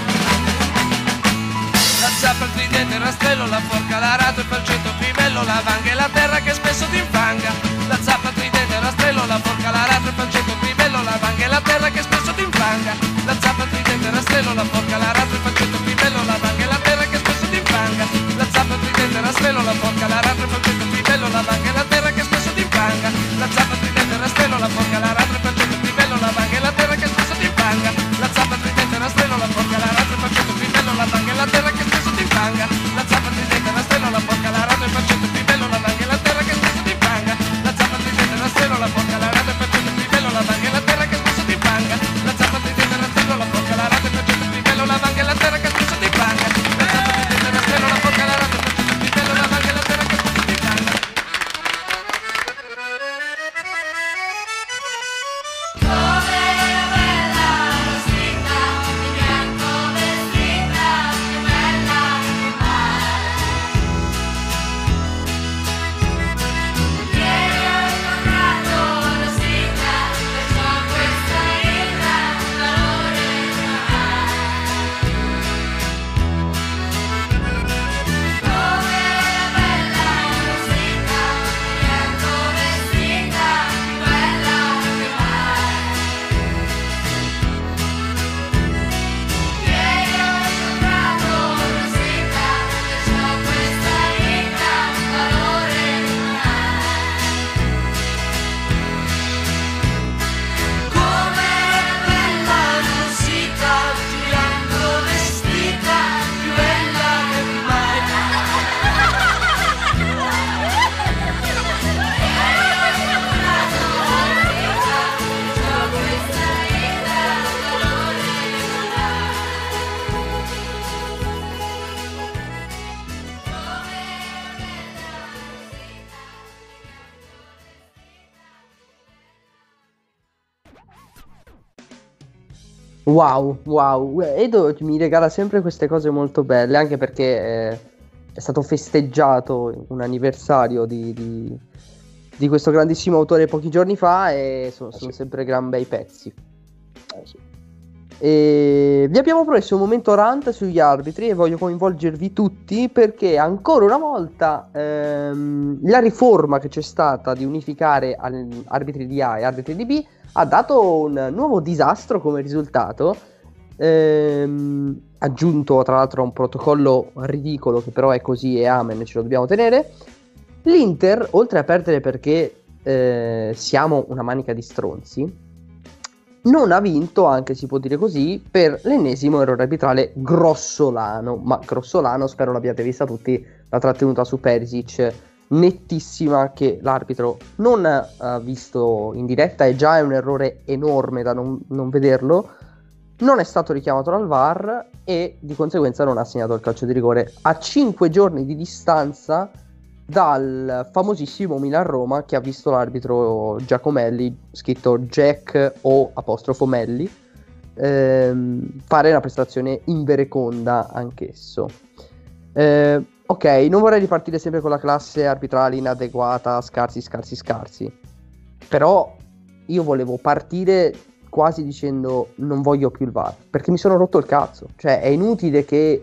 La zappa, il tridente, il rastrello, la forca, l'aratro, il falcetto, il crivello, la vanga e la terra che spesso ti infanga. La zappa, il tridente, il rastrello, la forca, l'aratro, il falcetto, il crivello, la vanga e la terra che spesso ti infanga. La zappa, il tridente, il rastrello, la forca, l'aratro, il falcetto, il crivello, la vanga e la terra che spesso ti infanga. La zappa, il tridente, il rastrello, la forca, l'aratro, il falcetto, il crivello, la vanga e la terra che spesso ti infanga. La zappa, il tridente, il rastrello, la forca, l'aratro, il falcetto, il crivello, la vanga e la terra che spesso ti infanga. La zappa, il tridente, il rastrello, la forca, l'aratro, il falcetto, il crivello, la vanga e la terra che spesso ti infanga. La zappa, il tridente, il rastrello, la forca, l'aratro, il falcetto, il crivello, la vanga e la terra che spesso ti infanga. La zappa, il tridente, il rastrello, la forca, l'aratro, il falcetto, il crivello, la vanga e la terra che spesso ti infanga. Wow, wow, Edo mi regala sempre queste cose molto belle, anche perché eh, è stato festeggiato un anniversario di, di, di questo grandissimo autore pochi giorni fa e sono, sono sì. sempre gran bei pezzi. Eh, sì. E vi abbiamo promesso un momento rant sugli arbitri e voglio coinvolgervi tutti perché ancora una volta ehm, la riforma che c'è stata di unificare al- arbitri di A e arbitri di B ha dato un nuovo disastro come risultato, ehm, aggiunto tra l'altro a un protocollo ridicolo che però è così e amen, ce lo dobbiamo tenere. L'Inter, oltre a perdere perché eh, siamo una manica di stronzi, non ha vinto, anche si può dire così, per l'ennesimo errore arbitrale grossolano, ma grossolano, spero l'abbiate vista tutti, la trattenuta su Perisic, nettissima, che l'arbitro non ha visto in diretta, e già è un errore enorme da non, non vederlo, non è stato richiamato dal V A R e di conseguenza non ha segnato il calcio di rigore a cinque giorni di distanza dal famosissimo Milan-Roma, che ha visto l'arbitro Giacomelli, scritto Jack o apostrofo Melli, ehm, fare una prestazione invereconda anch'esso. Eh, ok, non vorrei ripartire sempre con la classe arbitrale inadeguata, scarsi, scarsi, scarsi, però io volevo partire quasi dicendo non voglio più il V A R, perché mi sono rotto il cazzo, cioè è inutile che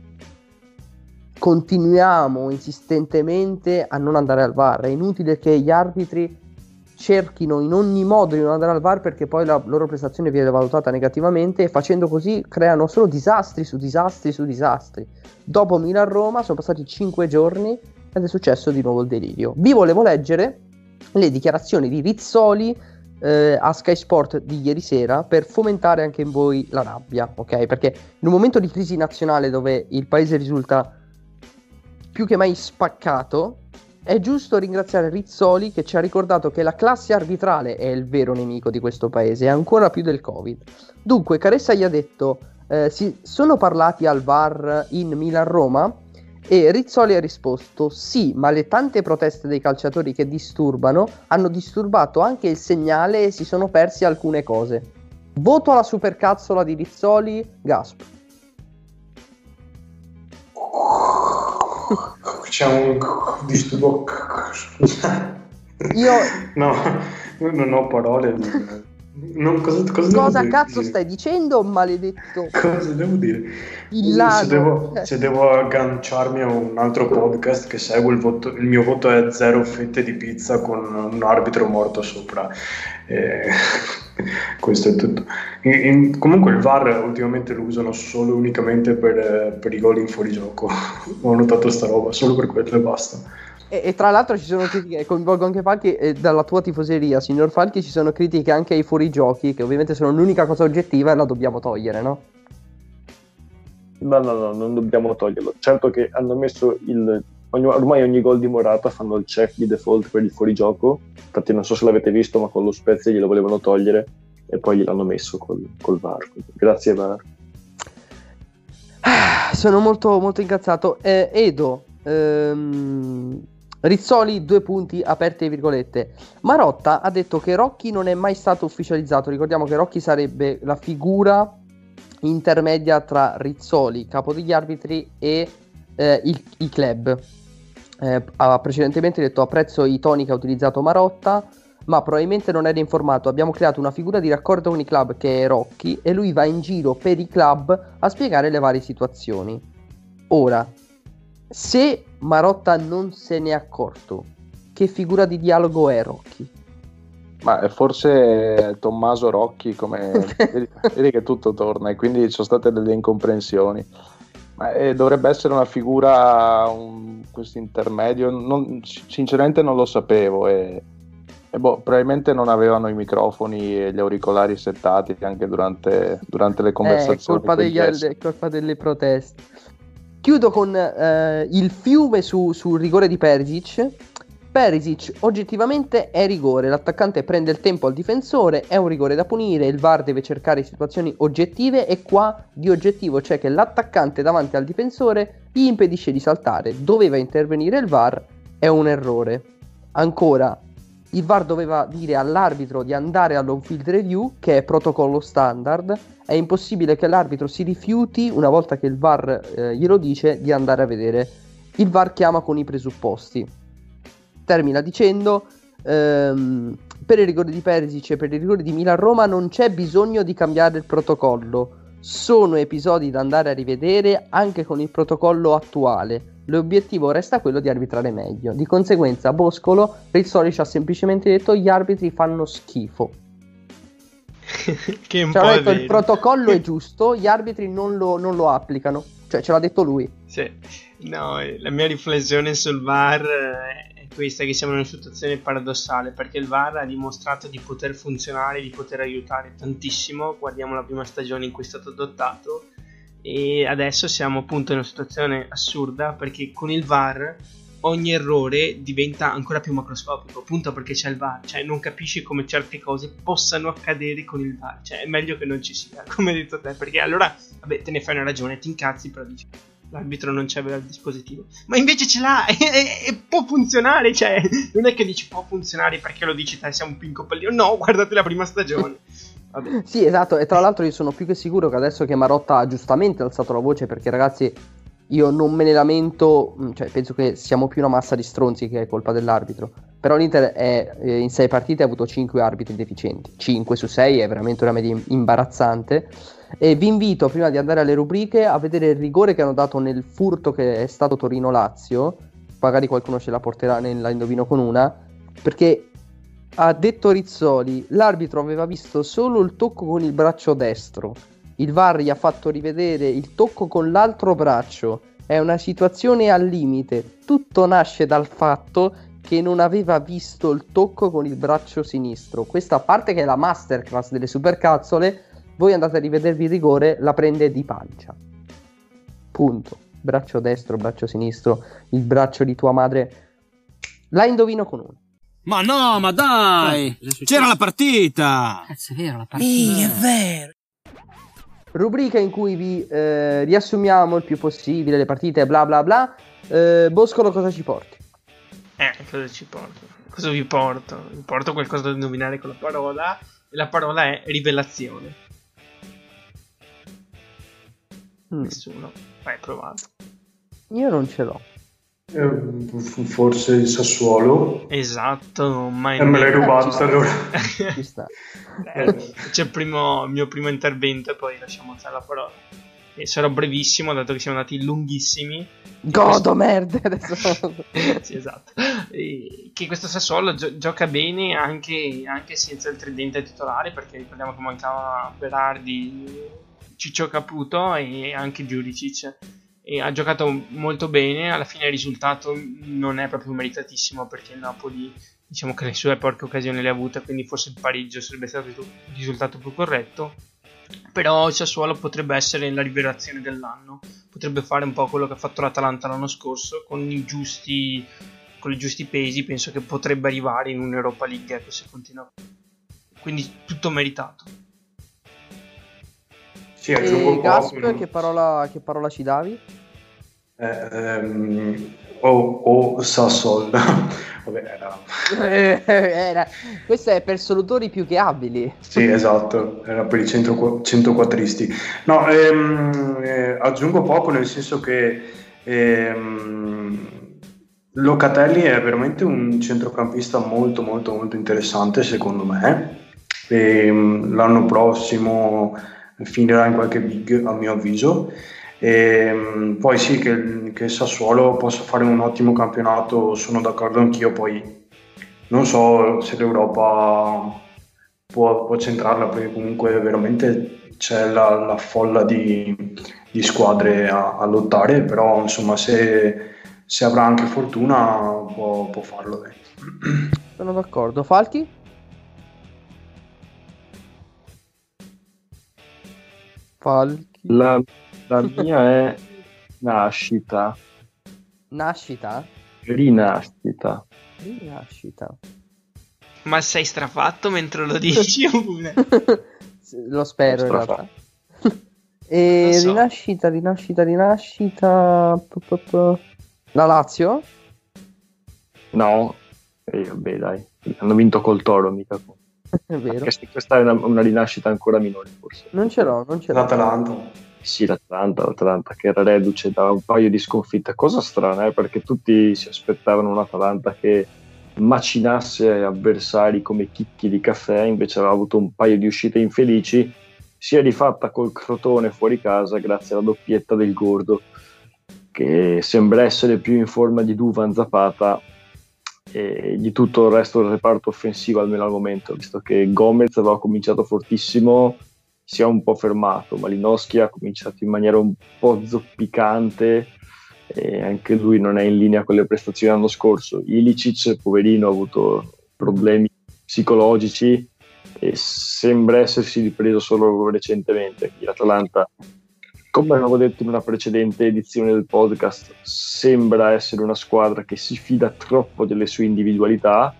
continuiamo insistentemente a non andare al V A R, è inutile che gli arbitri cerchino in ogni modo di non andare al V A R perché poi la loro prestazione viene valutata negativamente e facendo così creano solo disastri su disastri su disastri. Dopo Milan-Roma sono passati cinque giorni ed è successo di nuovo il delirio. Vi volevo leggere le dichiarazioni di Rizzoli eh, a Sky Sport di ieri sera per fomentare anche in voi la rabbia, ok? Perché in un momento di crisi nazionale dove il paese risulta più che mai spaccato, è giusto ringraziare Rizzoli che ci ha ricordato che la classe arbitrale è il vero nemico di questo paese, ancora più del Covid. Dunque, Caressa gli ha detto, eh, si sono parlati al V A R in Milan-Roma? E Rizzoli ha risposto, sì, ma le tante proteste dei calciatori che disturbano hanno disturbato anche il segnale e si sono persi alcune cose. Voto alla supercazzola di Rizzoli, gasp. C'è un disturbo. Io no, non ho parole. Non, cosa cosa, cosa devo cazzo dire? stai dicendo, maledetto? Cosa devo dire? Villano. Se devo, se devo agganciarmi a un altro podcast che segue, il, voto, il mio voto è zero fette di pizza con un arbitro morto sopra. Eh, questo è tutto. In, in, comunque il V A R ultimamente lo usano solo unicamente per, per i gol in fuorigioco. Ho notato sta roba, solo per quello e basta. E, e tra l'altro ci sono critiche, coinvolgo anche Falchi, e dalla tua tifoseria, signor Falchi, ci sono critiche anche ai fuorigiochi, che ovviamente sono l'unica cosa oggettiva e la dobbiamo togliere, no? No, no, no, non dobbiamo toglierlo. Certo che hanno messo il... Ogni, ormai ogni gol di Morata fanno il check di default per il fuorigioco. Infatti non so se l'avete visto, ma con lo Spezia glielo volevano togliere e poi gliel'hanno messo col, col V A R. Grazie V A R. Ah, sono molto molto incazzato. Eh, Edo, ehm, Rizzoli, due punti, aperte virgolette. Marotta ha detto che Rocchi non è mai stato ufficializzato. Ricordiamo che Rocchi sarebbe la figura intermedia tra Rizzoli, capo degli arbitri, e eh, il, il club. Eh, ha precedentemente detto apprezzo i toni che ha utilizzato Marotta, ma probabilmente non era informato. Abbiamo creato una figura di raccordo con i club che è Rocchi e lui va in giro per i club a spiegare le varie situazioni. Ora, se Marotta non se n'è accorto, che figura di dialogo è Rocchi? Ma forse Tommaso Rocchi, come vedi, vedi che tutto torna e quindi ci sono state delle incomprensioni. Ma eh, dovrebbe essere una figura, un, questo intermedio, non, sinceramente non lo sapevo e, e boh, probabilmente non avevano i microfoni e gli auricolari settati anche durante, durante le conversazioni. È colpa, degli, è colpa delle proteste. Chiudo con eh, il fiume su, sul rigore di Perisic. Perisic oggettivamente è rigore, l'attaccante prende il tempo al difensore, è un rigore da punire, il V A R deve cercare situazioni oggettive e qua di oggettivo c'è che l'attaccante davanti al difensore gli impedisce di saltare, doveva intervenire il V A R, è un errore. Ancora, il V A R doveva dire all'arbitro di andare all'on field review, che è protocollo standard. È impossibile che l'arbitro si rifiuti, una volta che il V A R eh, glielo dice, di andare a vedere. Il V A R chiama con i presupposti. Termina dicendo: ehm, per il rigore di Perisic e per il rigore di Milan-Roma non c'è bisogno di cambiare il protocollo. Sono episodi da andare a rivedere anche con il protocollo attuale. L'obiettivo resta quello di arbitrare meglio. Di conseguenza Boscolo, Rizzoli ci ha semplicemente detto: gli arbitri fanno schifo. Che un Ci po' ha è detto: il vero. protocollo è giusto, gli arbitri non lo, non lo applicano. Cioè, ce l'ha detto lui. Sì. No, eh, la mia riflessione sul V A R eh, è questa, che siamo in una situazione paradossale, perché il V A R ha dimostrato di poter funzionare, di poter aiutare tantissimo. Guardiamo la prima stagione in cui è stato adottato, e adesso siamo appunto in una situazione assurda, perché con il V A R ogni errore diventa ancora più macroscopico, appunto perché c'è il V A R, cioè non capisci come certe cose possano accadere con il V A R, cioè è meglio che non ci sia, come hai detto te, perché allora vabbè, te ne fai una ragione, ti incazzi, però dici l'arbitro non c'aveva il dispositivo, ma invece ce l'ha e, e, e può funzionare, cioè non è che dici può funzionare perché lo dici te, siamo un pinco pallino, no, guardate la prima stagione. Vabbè. Sì, esatto, e tra l'altro io sono più che sicuro che adesso che Marotta ha giustamente alzato la voce, perché ragazzi, io non me ne lamento, cioè penso che siamo più una massa di stronzi che è colpa dell'arbitro, però l'Inter è, eh, in sei partite ha avuto cinque arbitri deficienti, cinque su sei è veramente una media imbarazzante. E vi invito, prima di andare alle rubriche, a vedere il rigore che hanno dato nel furto che è stato Torino-Lazio. Magari qualcuno ce la porterà nella indovino con una, perché ha detto Rizzoli, l'arbitro aveva visto solo il tocco con il braccio destro, il V A R gli ha fatto rivedere il tocco con l'altro braccio. È una situazione al limite. Tutto nasce dal fatto che non aveva visto il tocco con il braccio sinistro. Questa, a parte che è la masterclass delle supercazzole, voi andate a rivedervi il rigore, la prende di pancia. Punto. Braccio destro, braccio sinistro, il braccio di tua madre. La indovino con uno. Ma no, ma dai! Eh, c'era la partita! Cazzo, è vero, la partita. Sì, è vero! Rubrica in cui vi eh, riassumiamo il più possibile le partite, bla bla bla. Eh, Boscolo, cosa ci porti? Eh, cosa ci porto? Cosa vi porto? Vi porto qualcosa da indovinare con la parola, e la parola è rivelazione. Mm. Nessuno. Vai, provato. Io non ce l'ho. Eh, forse il Sassuolo. Esatto, mai E me l'hai Eh, rubato ci sta. allora. Ci sta. Eh, c'è il, primo, il mio primo intervento e poi lasciamo stare la parola. E sarò brevissimo, dato che siamo andati lunghissimi. Godo merda adesso. Sì, esatto. E che questo Sassuolo gio- gioca bene anche, anche senza il tridente titolare, perché ricordiamo che mancava Berardi, Ciccio Caputo e anche Juricic. E ha giocato molto bene. Alla fine il risultato non è proprio meritatissimo, perché il Napoli, diciamo che le sue poche occasioni le ha avute, quindi forse il pareggio sarebbe stato il risultato più corretto. Però il Sassuolo potrebbe essere la rivelazione dell'anno, potrebbe fare un po' quello che ha fatto l'Atalanta l'anno scorso, con i giusti, con i giusti pesi. Penso che potrebbe arrivare in un'Europa League, ecco, se continua, quindi tutto meritato. Sì, aggiungo E un Gasp, po'. che parola, che parola ci davi? Eh, ehm, o, o Sassol. Vabbè, era... Eh, era- Questo è per solutori più che abili. Sì, esatto, era per i cento centoquattristi. No, ehm, eh, aggiungo poco, nel senso che ehm, Locatelli è veramente un centrocampista molto molto molto interessante, secondo me. Ehm, l'anno prossimo finirà in qualche big, a mio avviso. E poi sì, che, che il Sassuolo possa fare un ottimo campionato, sono d'accordo anch'io. Poi non so se l'Europa può, può centrarla, perché comunque veramente c'è la, la folla di, di squadre a, a lottare, però insomma se, se avrà anche fortuna può, può farlo. Dai. Sono d'accordo. Falchi? Falchi. La, la mia è nascita, Nascita? rinascita. Rinascita. Ma sei strafatto mentre lo dici? Oppure? Lo spero in Strafatto. realtà. E Non so. rinascita, rinascita, rinascita. pu- pu- pu. La Lazio? No, e vabbè dai, Hanno vinto col Toro, mica con... È vero. Questa, questa è una, una rinascita ancora minore, forse. Non ce l'ho, non ce l'ho. L'Atalanta. Sì, l'Atalanta, l'Atalanta che era reduce da un paio di sconfitte. Cosa strana, eh, perché tutti si aspettavano un'Atalanta che macinasse avversari come chicchi di caffè, invece aveva avuto un paio di uscite infelici, si è rifatta col Crotone fuori casa grazie alla doppietta del Gordo, che sembra essere più in forma di Duvan Zapata e di tutto il resto del reparto offensivo, almeno al momento, visto che Gomez aveva cominciato fortissimo, si è un po' fermato, Malinowski ha cominciato in maniera un po' zoppicante e anche lui non è in linea con le prestazioni dell'anno scorso. Ilicic, poverino, ha avuto problemi psicologici e sembra essersi ripreso solo recentemente. L'Atalanta, come avevo detto in una precedente edizione del podcast, sembra essere una squadra che si fida troppo delle sue individualità,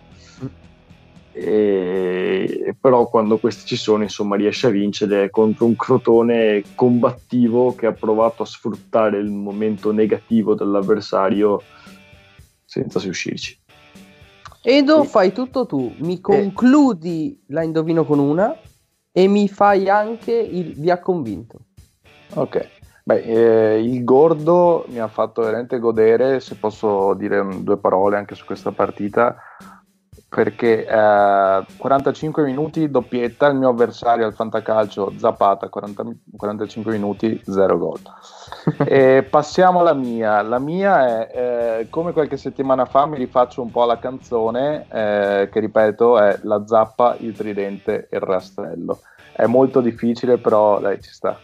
e però quando questi ci sono, insomma, riesce a vincere contro un Crotone combattivo che ha provato a sfruttare il momento negativo dell'avversario senza riuscirci. Edo, fai tutto tu, mi concludi la indovino con una e mi fai anche il vi ha convinto. Ok, beh, eh, il Gordo mi ha fatto veramente godere, se posso dire due parole anche su questa partita, perché eh, quarantacinque minuti doppietta, il mio avversario al fantacalcio Zapata, quaranta, quarantacinque minuti, zero gol. E passiamo alla mia. La mia è, eh, come qualche settimana fa mi rifaccio un po' alla canzone, eh, che ripeto è La Zappa, il Tridente e il Rastrello. È molto difficile, però dai, ci sta.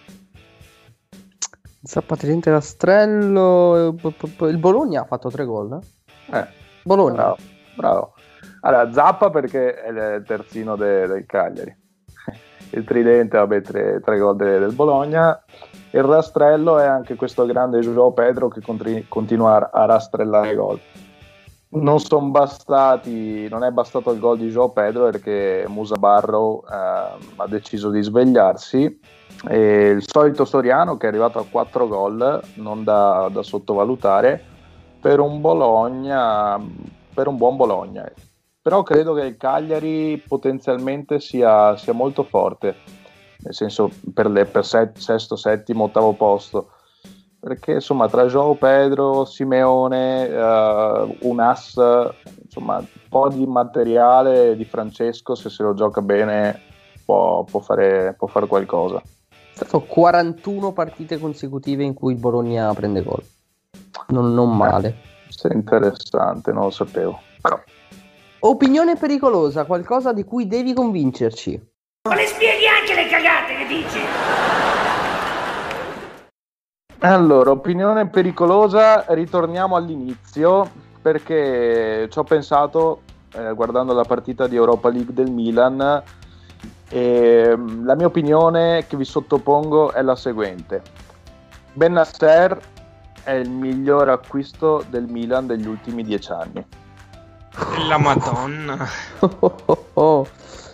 Zappa, Tridente, Rastrello. Il Bologna ha fatto tre gol. Eh, Bologna. Bravo, bravo. Allora, Zappa perché è il terzino de, del Cagliari, il Tridente, vabbè, tre, tre gol de, del Bologna, il Rastrello è anche questo grande João Pedro che continu- continua a rastrellare gol. Non sono bastati, non è bastato il gol di João Pedro perché Musa Barrow eh, ha deciso di svegliarsi, e il solito Soriano che è arrivato a quattro gol, non da, da sottovalutare per un Bologna, per un buon Bologna. Però credo che il Cagliari potenzialmente sia, sia molto forte, nel senso per, le, per set, sesto, settimo, ottavo posto, perché insomma tra João Pedro, Simeone, uh, un ass, insomma un po' di materiale di Francesco, se se lo gioca bene può, può, fare, può fare qualcosa. È stato quarantuno partite consecutive in cui il Bologna prende gol, non, non male. Eh, è interessante, non lo sapevo, però... Opinione pericolosa, qualcosa di cui devi convincerci. Ma le spieghi anche le cagate che dici? Allora, opinione pericolosa, ritorniamo all'inizio, perché ci ho pensato eh, guardando la partita di Europa League del Milan, e la mia opinione che vi sottopongo è la seguente. Bennacer è il miglior acquisto del Milan degli ultimi dieci anni. La Madonna. Oh, oh, oh.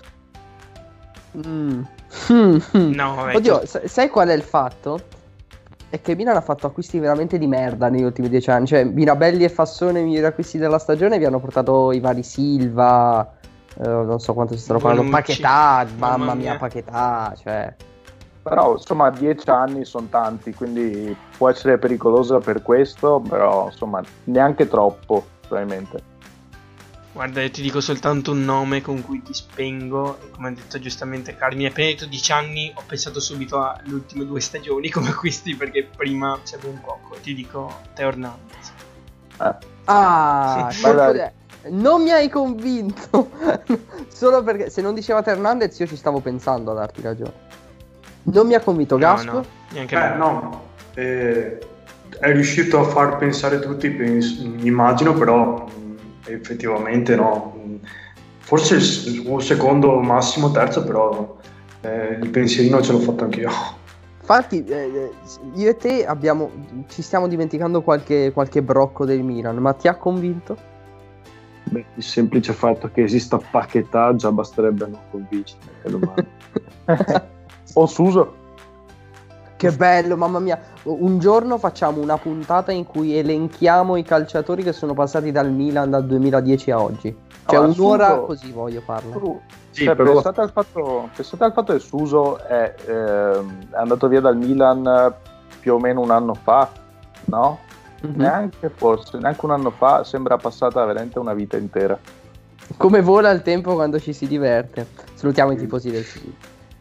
Mm. No, oddio, tu... sai, sai qual è il fatto? È che Milan ha fatto acquisti veramente di merda negli ultimi dieci anni. Cioè Mirabelli e Fassone, i migliori acquisti della stagione, vi hanno portato i vari Silva, eh, non so quanto si stanno parlando, Paquetà, mamma, mamma mia, mia Paquetà, cioè. Però insomma dieci anni sono tanti, quindi può essere pericolosa per questo, però insomma neanche troppo probabilmente. Guarda, io ti dico soltanto un nome con cui ti spengo, e come ha detto giustamente Carmine, appena detto dieci anni ho pensato subito alle ultime due stagioni come acquisti, perché prima c'era un poco, ti dico Teo Hernandez. Eh. Ah, sì. Guarda, non mi hai convinto. Solo perché se non diceva Teo Hernandez io ci stavo pensando, a darti ragione. Non mi ha convinto. Gasp? No, no, neanche eh, no. Eh, è riuscito a far pensare tutti, penso, immagino, però effettivamente no, forse il secondo, massimo terzo, però eh, il pensierino ce l'ho fatto anch'io. Infatti eh, io e te abbiamo, ci stiamo dimenticando qualche, qualche brocco del Milan, ma ti ha convinto? Beh, il semplice fatto che esista Paquetà già basterebbe a non convincere. O Suso. Che bello, mamma mia. Un giorno facciamo una puntata in cui elenchiamo i calciatori che sono passati dal Milan dal duemiladieci a oggi. Cioè No, un'ora Suso- così voglio farla. Sì, Cioè, però- pensate, al fatto, pensate al fatto che Suso è, ehm, è andato via dal Milan più o meno un anno fa, no? Mhm. Neanche forse, neanche un anno fa, sembra passata veramente una vita intera. Come vola il tempo quando ci si diverte. Salutiamo i tifosi del City.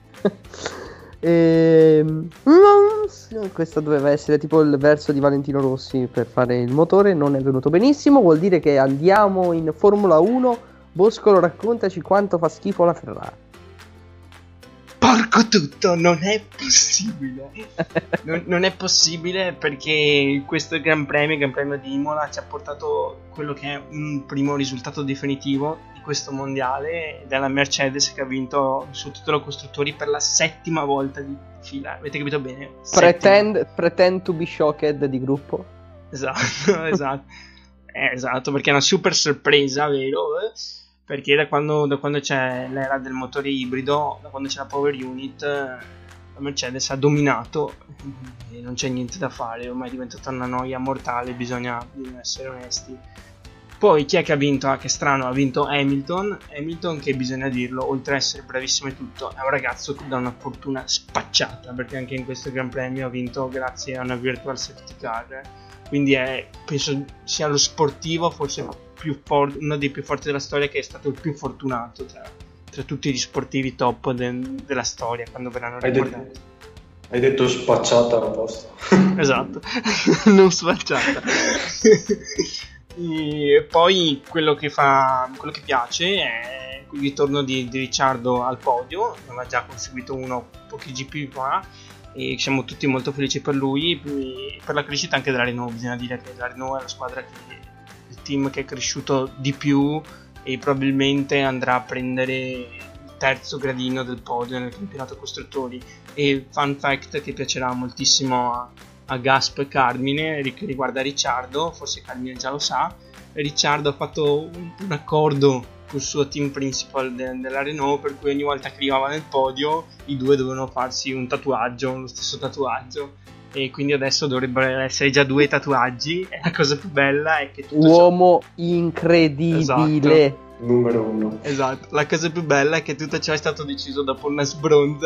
Ehm, mm, questo doveva essere tipo il verso di Valentino Rossi per fare il motore, non è venuto benissimo. Vuol dire che andiamo in Formula uno. Boscolo, raccontaci quanto fa schifo la Ferrari. Porco tutto, non è possibile. non, non è possibile perché questo Gran Premio, il Gran Premio di Imola, ci ha portato quello che è un primo risultato definitivo di questo mondiale, ed è la Mercedes che ha vinto sul titolo costruttori per la settima volta di fila. Avete capito bene? Pretend, pretend to be shocked di gruppo. Esatto, esatto. Eh, esatto, perché è una super sorpresa, vero? Eh? Perché da quando, da quando c'è l'era del motore ibrido, da quando c'è la Power Unit, la Mercedes ha dominato e non c'è niente da fare, ormai è diventata una noia mortale, bisogna, bisogna essere onesti. Poi chi è che ha vinto? Ah, che strano, ha vinto Hamilton. Hamilton, che bisogna dirlo, oltre a essere bravissimo e tutto, è un ragazzo da una fortuna spacciata, perché anche in questo Gran Premio ha vinto grazie a una virtual safety car. Quindi è, penso sia lo sportivo forse più for- uno dei più forti della storia, che è stato il più fortunato tra, tra tutti gli sportivi top de- della storia, quando verranno Hai ricordati. detto, hai detto spacciata apposta. Esatto, non spacciata. E poi quello che fa, quello che piace è il ritorno di, di Ricciardo al podio. Ne aveva già conseguito uno pochi G P fa e siamo tutti molto felici per lui, per la crescita anche della Renault. Bisogna dire che la Renault è la squadra che, il team che è cresciuto di più e probabilmente andrà a prendere il terzo gradino del podio nel campionato costruttori. E fun fact che piacerà moltissimo a, a Gasp e Carmine, che riguarda Ricciardo, forse Carmine già lo sa. Ricciardo ha fatto un, un accordo col suo team principal de- della Renault, per cui ogni volta che arrivava nel podio i due dovevano farsi un tatuaggio, lo stesso tatuaggio, e quindi adesso dovrebbero essere già due tatuaggi. E la cosa più bella è che tutto Uomo ciò... incredibile. Esatto. Numero uno. Esatto, la cosa più bella è che tutto ciò è stato deciso dopo una sbronza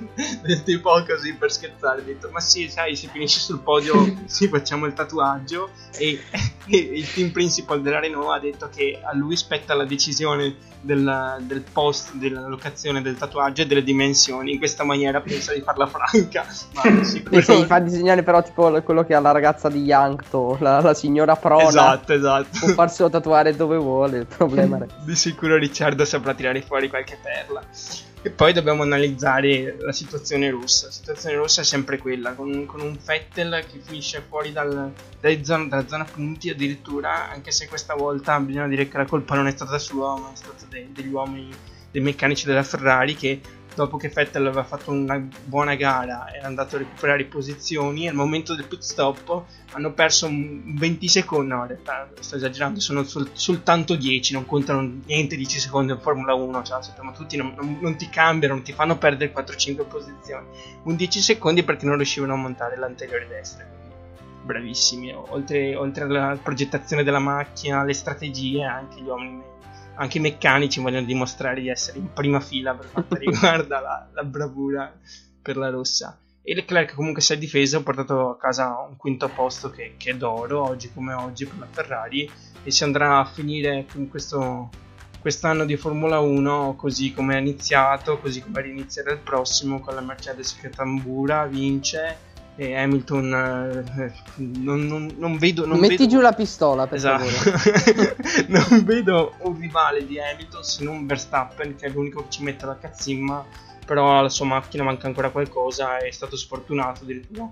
del tipo così per scherzare. Ha detto: ma sì, sai, se finisce sul podio sì, facciamo il tatuaggio. E, e il team principal della Renault ha detto che a lui spetta la decisione del, del post, della locazione del tatuaggio e delle dimensioni. In questa maniera pensa di farla franca, ma sicuro... E se gli fa disegnare però tipo quello che ha la ragazza di Yankto, la, la signora prona, esatto, esatto, può farselo tatuare dove vuole. Il problema è di sicuro Ricciardo saprà tirare fuori qualche perla. E poi dobbiamo analizzare la situazione russa. La situazione russa è sempre quella, con, con un Vettel che finisce fuori dal, dai zona, dalla zona punti addirittura, anche se questa volta bisogna dire che la colpa non è stata sua, ma è stata dei, degli uomini, dei meccanici della Ferrari, che dopo che Vettel aveva fatto una buona gara era andato a recuperare posizioni, al momento del pit stop hanno perso venti secondi, no, in realtà sto esagerando, sono sol- soltanto dieci, non contano niente dieci secondi in Formula uno, cioè, sappiamo tutti, non, non, non ti cambiano, non ti fanno perdere quattro cinque posizioni, un dieci secondi perché non riuscivano a montare l'anteriore destra. Bravissimi, oltre, oltre alla progettazione della macchina, le strategie, anche gli uomini, anche i meccanici vogliono dimostrare di essere in prima fila per quanto riguarda la, la bravura per la rossa. E Leclerc comunque si è difeso, ha portato a casa un quinto posto che, che è d'oro oggi come oggi per la Ferrari, e si andrà a finire con questo quest'anno di Formula uno così come è iniziato, così come inizierà il prossimo, con la Mercedes che tambura, vince, e Hamilton eh, non, non, non vedo non metti vedo... giù la pistola per esatto. favore. Non vedo un rivale di Hamilton se non Verstappen, che è l'unico che ci mette la cazzimma, però alla sua macchina manca ancora qualcosa, è stato sfortunato addirittura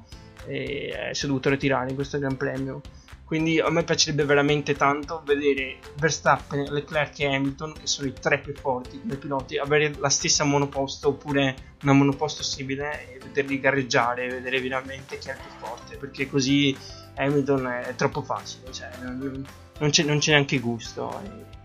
e si è dovuto ritirare in questo Gran Premio. Quindi a me piacerebbe veramente tanto vedere Verstappen, Leclerc e Hamilton, che sono i tre più forti come piloti, avere la stessa monoposto oppure una monoposto simile e vederli gareggiare, vedere veramente chi è il più forte, perché così Hamilton è troppo facile, cioè non, non, c'è, non c'è neanche gusto.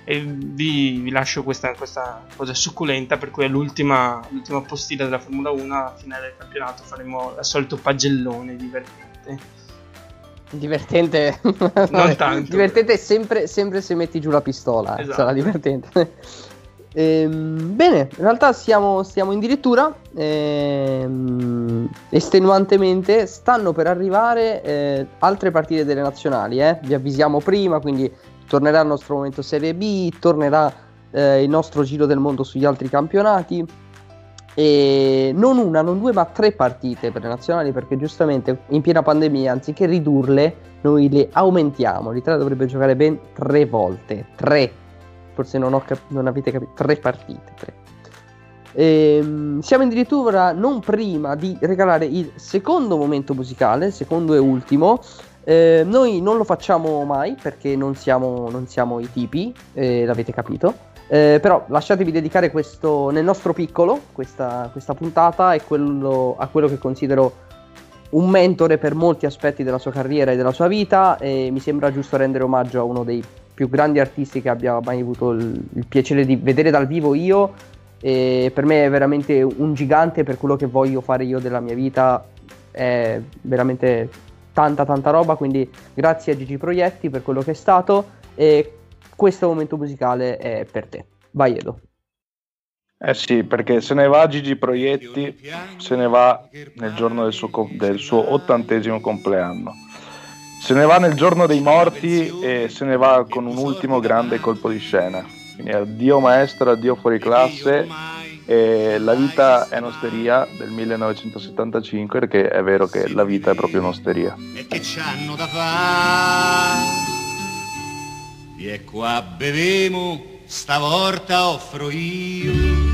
e vi, vi lascio questa, questa cosa succulenta, per cui all'ultima l'ultima postilla della Formula uno, alla fine del campionato, faremo il solito pagellone divertente. Divertente? Non tanto. Divertente sempre, sempre se metti giù la pistola, Esatto. Sarà divertente. Ehm, bene, in realtà siamo, siamo in dirittura, ehm, estenuantemente. Stanno per arrivare eh, altre partite delle nazionali, eh? Vi avvisiamo prima, quindi tornerà il nostro momento Serie B, tornerà eh, il nostro giro del mondo sugli altri campionati, e non una, non due, ma tre partite per le nazionali, perché giustamente in piena pandemia, anziché ridurle, noi le aumentiamo. L'Italia dovrebbe giocare ben tre volte, tre. Forse non, ho cap- non avete capito, tre partite, tre. Ehm, siamo addirittura non prima di regalare il secondo momento musicale, secondo e ultimo. Eh, noi non lo facciamo mai perché non siamo, non siamo i tipi, eh, l'avete capito. Eh, però lasciatevi dedicare questo, nel nostro piccolo, questa, questa puntata è quello, a quello che considero un mentore per molti aspetti della sua carriera e della sua vita, e mi sembra giusto rendere omaggio a uno dei più grandi artisti che abbia mai avuto il, il piacere di vedere dal vivo io, e per me è veramente un gigante per quello che voglio fare io della mia vita, è veramente tanta tanta roba, quindi grazie a Gigi Proietti per quello che è stato, e questo momento musicale è per te. Vai Edo. Eh sì, perché se ne va Gigi Proietti, se ne va nel giorno del suo, del suo ottantesimo compleanno. Se ne va nel giorno dei morti e se ne va con un ultimo grande colpo di scena. Quindi addio maestro, addio fuori classe, e La vita è un'osteria del millenovecentosettantacinque, perché è vero che la vita è proprio un'osteria. E che c'hanno da fare? E qua bevemo, stavolta offro io.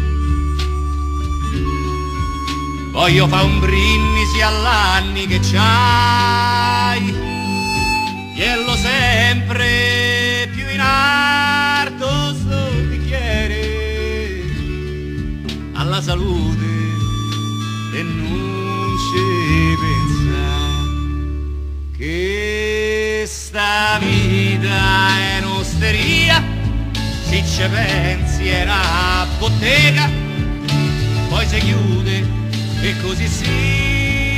Voglio fa un brindisi all'anni che c'hai, Iello sempre più in alto sto bicchiere, alla salute e non ci pensa che sta vita è un'osteria, se ci pensi è una bottega, poi si chiude e così sia.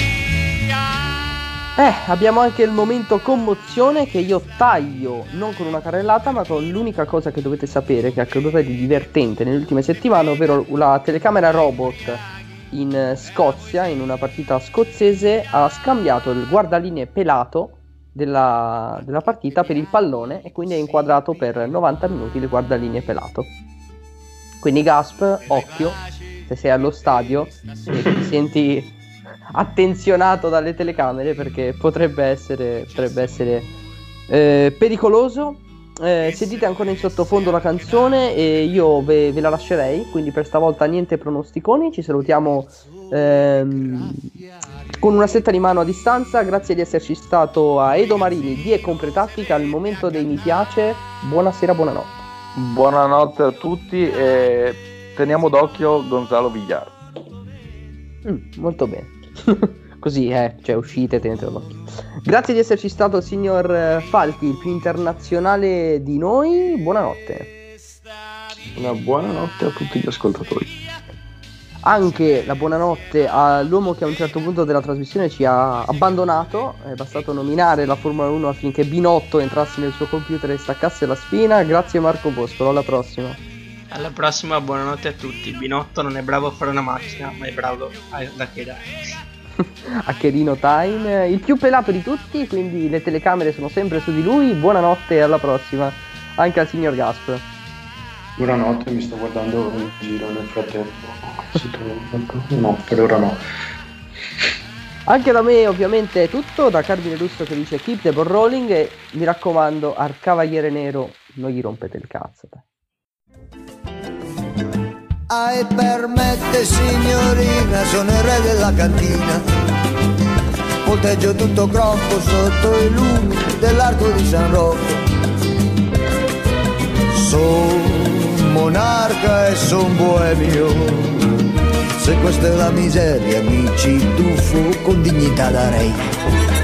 Eh, abbiamo anche il momento commozione, che io taglio non con una carrellata ma con l'unica cosa che dovete sapere che è accaduta di divertente nelle ultime settimane, ovvero la telecamera robot in Scozia, in una partita scozzese, ha scambiato il guardalinee pelato della, della partita per il pallone, e quindi ha inquadrato per novanta minuti il guardalinee pelato. Quindi Gasp, occhio, se sei allo stadio e ti senti attenzionato dalle telecamere, perché potrebbe essere, potrebbe essere eh, pericoloso. Eh, sentite ancora in sottofondo la canzone e io ve, ve la lascerei, quindi per stavolta niente pronosticoni, ci salutiamo ehm, con una stretta di mano a distanza. Grazie di esserci stato a Edo Marini di E Compretattica, al momento dei mi piace. Buonasera, buonanotte. Buonanotte a tutti e teniamo d'occhio Gonzalo Villar. Mm, molto bene. Così, eh, cioè uscite, tenetelo d'occhio. Grazie di esserci stato, signor Falchi, il più internazionale di noi. Buonanotte. Una buonanotte a tutti gli ascoltatori. Anche la buonanotte all'uomo che a un certo punto della trasmissione ci ha abbandonato. È bastato nominare la Formula uno affinché Binotto entrasse nel suo computer e staccasse la spina. Grazie Marco Boscolo, alla prossima. Alla prossima, buonanotte a tutti. Binotto non è bravo a fare una macchina, ma è bravo a hackerare. Hackerino time, il più pelato di tutti, quindi le telecamere sono sempre su di lui. Buonanotte e alla prossima anche al signor Gasp. Buonanotte, mi sto guardando in giro nel frattempo. No, per ora no. Anche da me ovviamente è tutto, da Cardine Russo che dice keep the ball rolling, e mi raccomando, al Cavaliere Nero non gli rompete il cazzo. Ah, e permette signorina, sono il re della cantina, volteggio tutto crocco sotto i lumi dell'arco di San Rocco. Son monarca e son boemio, se questa è la miseria mi ci tuffo con dignità da re.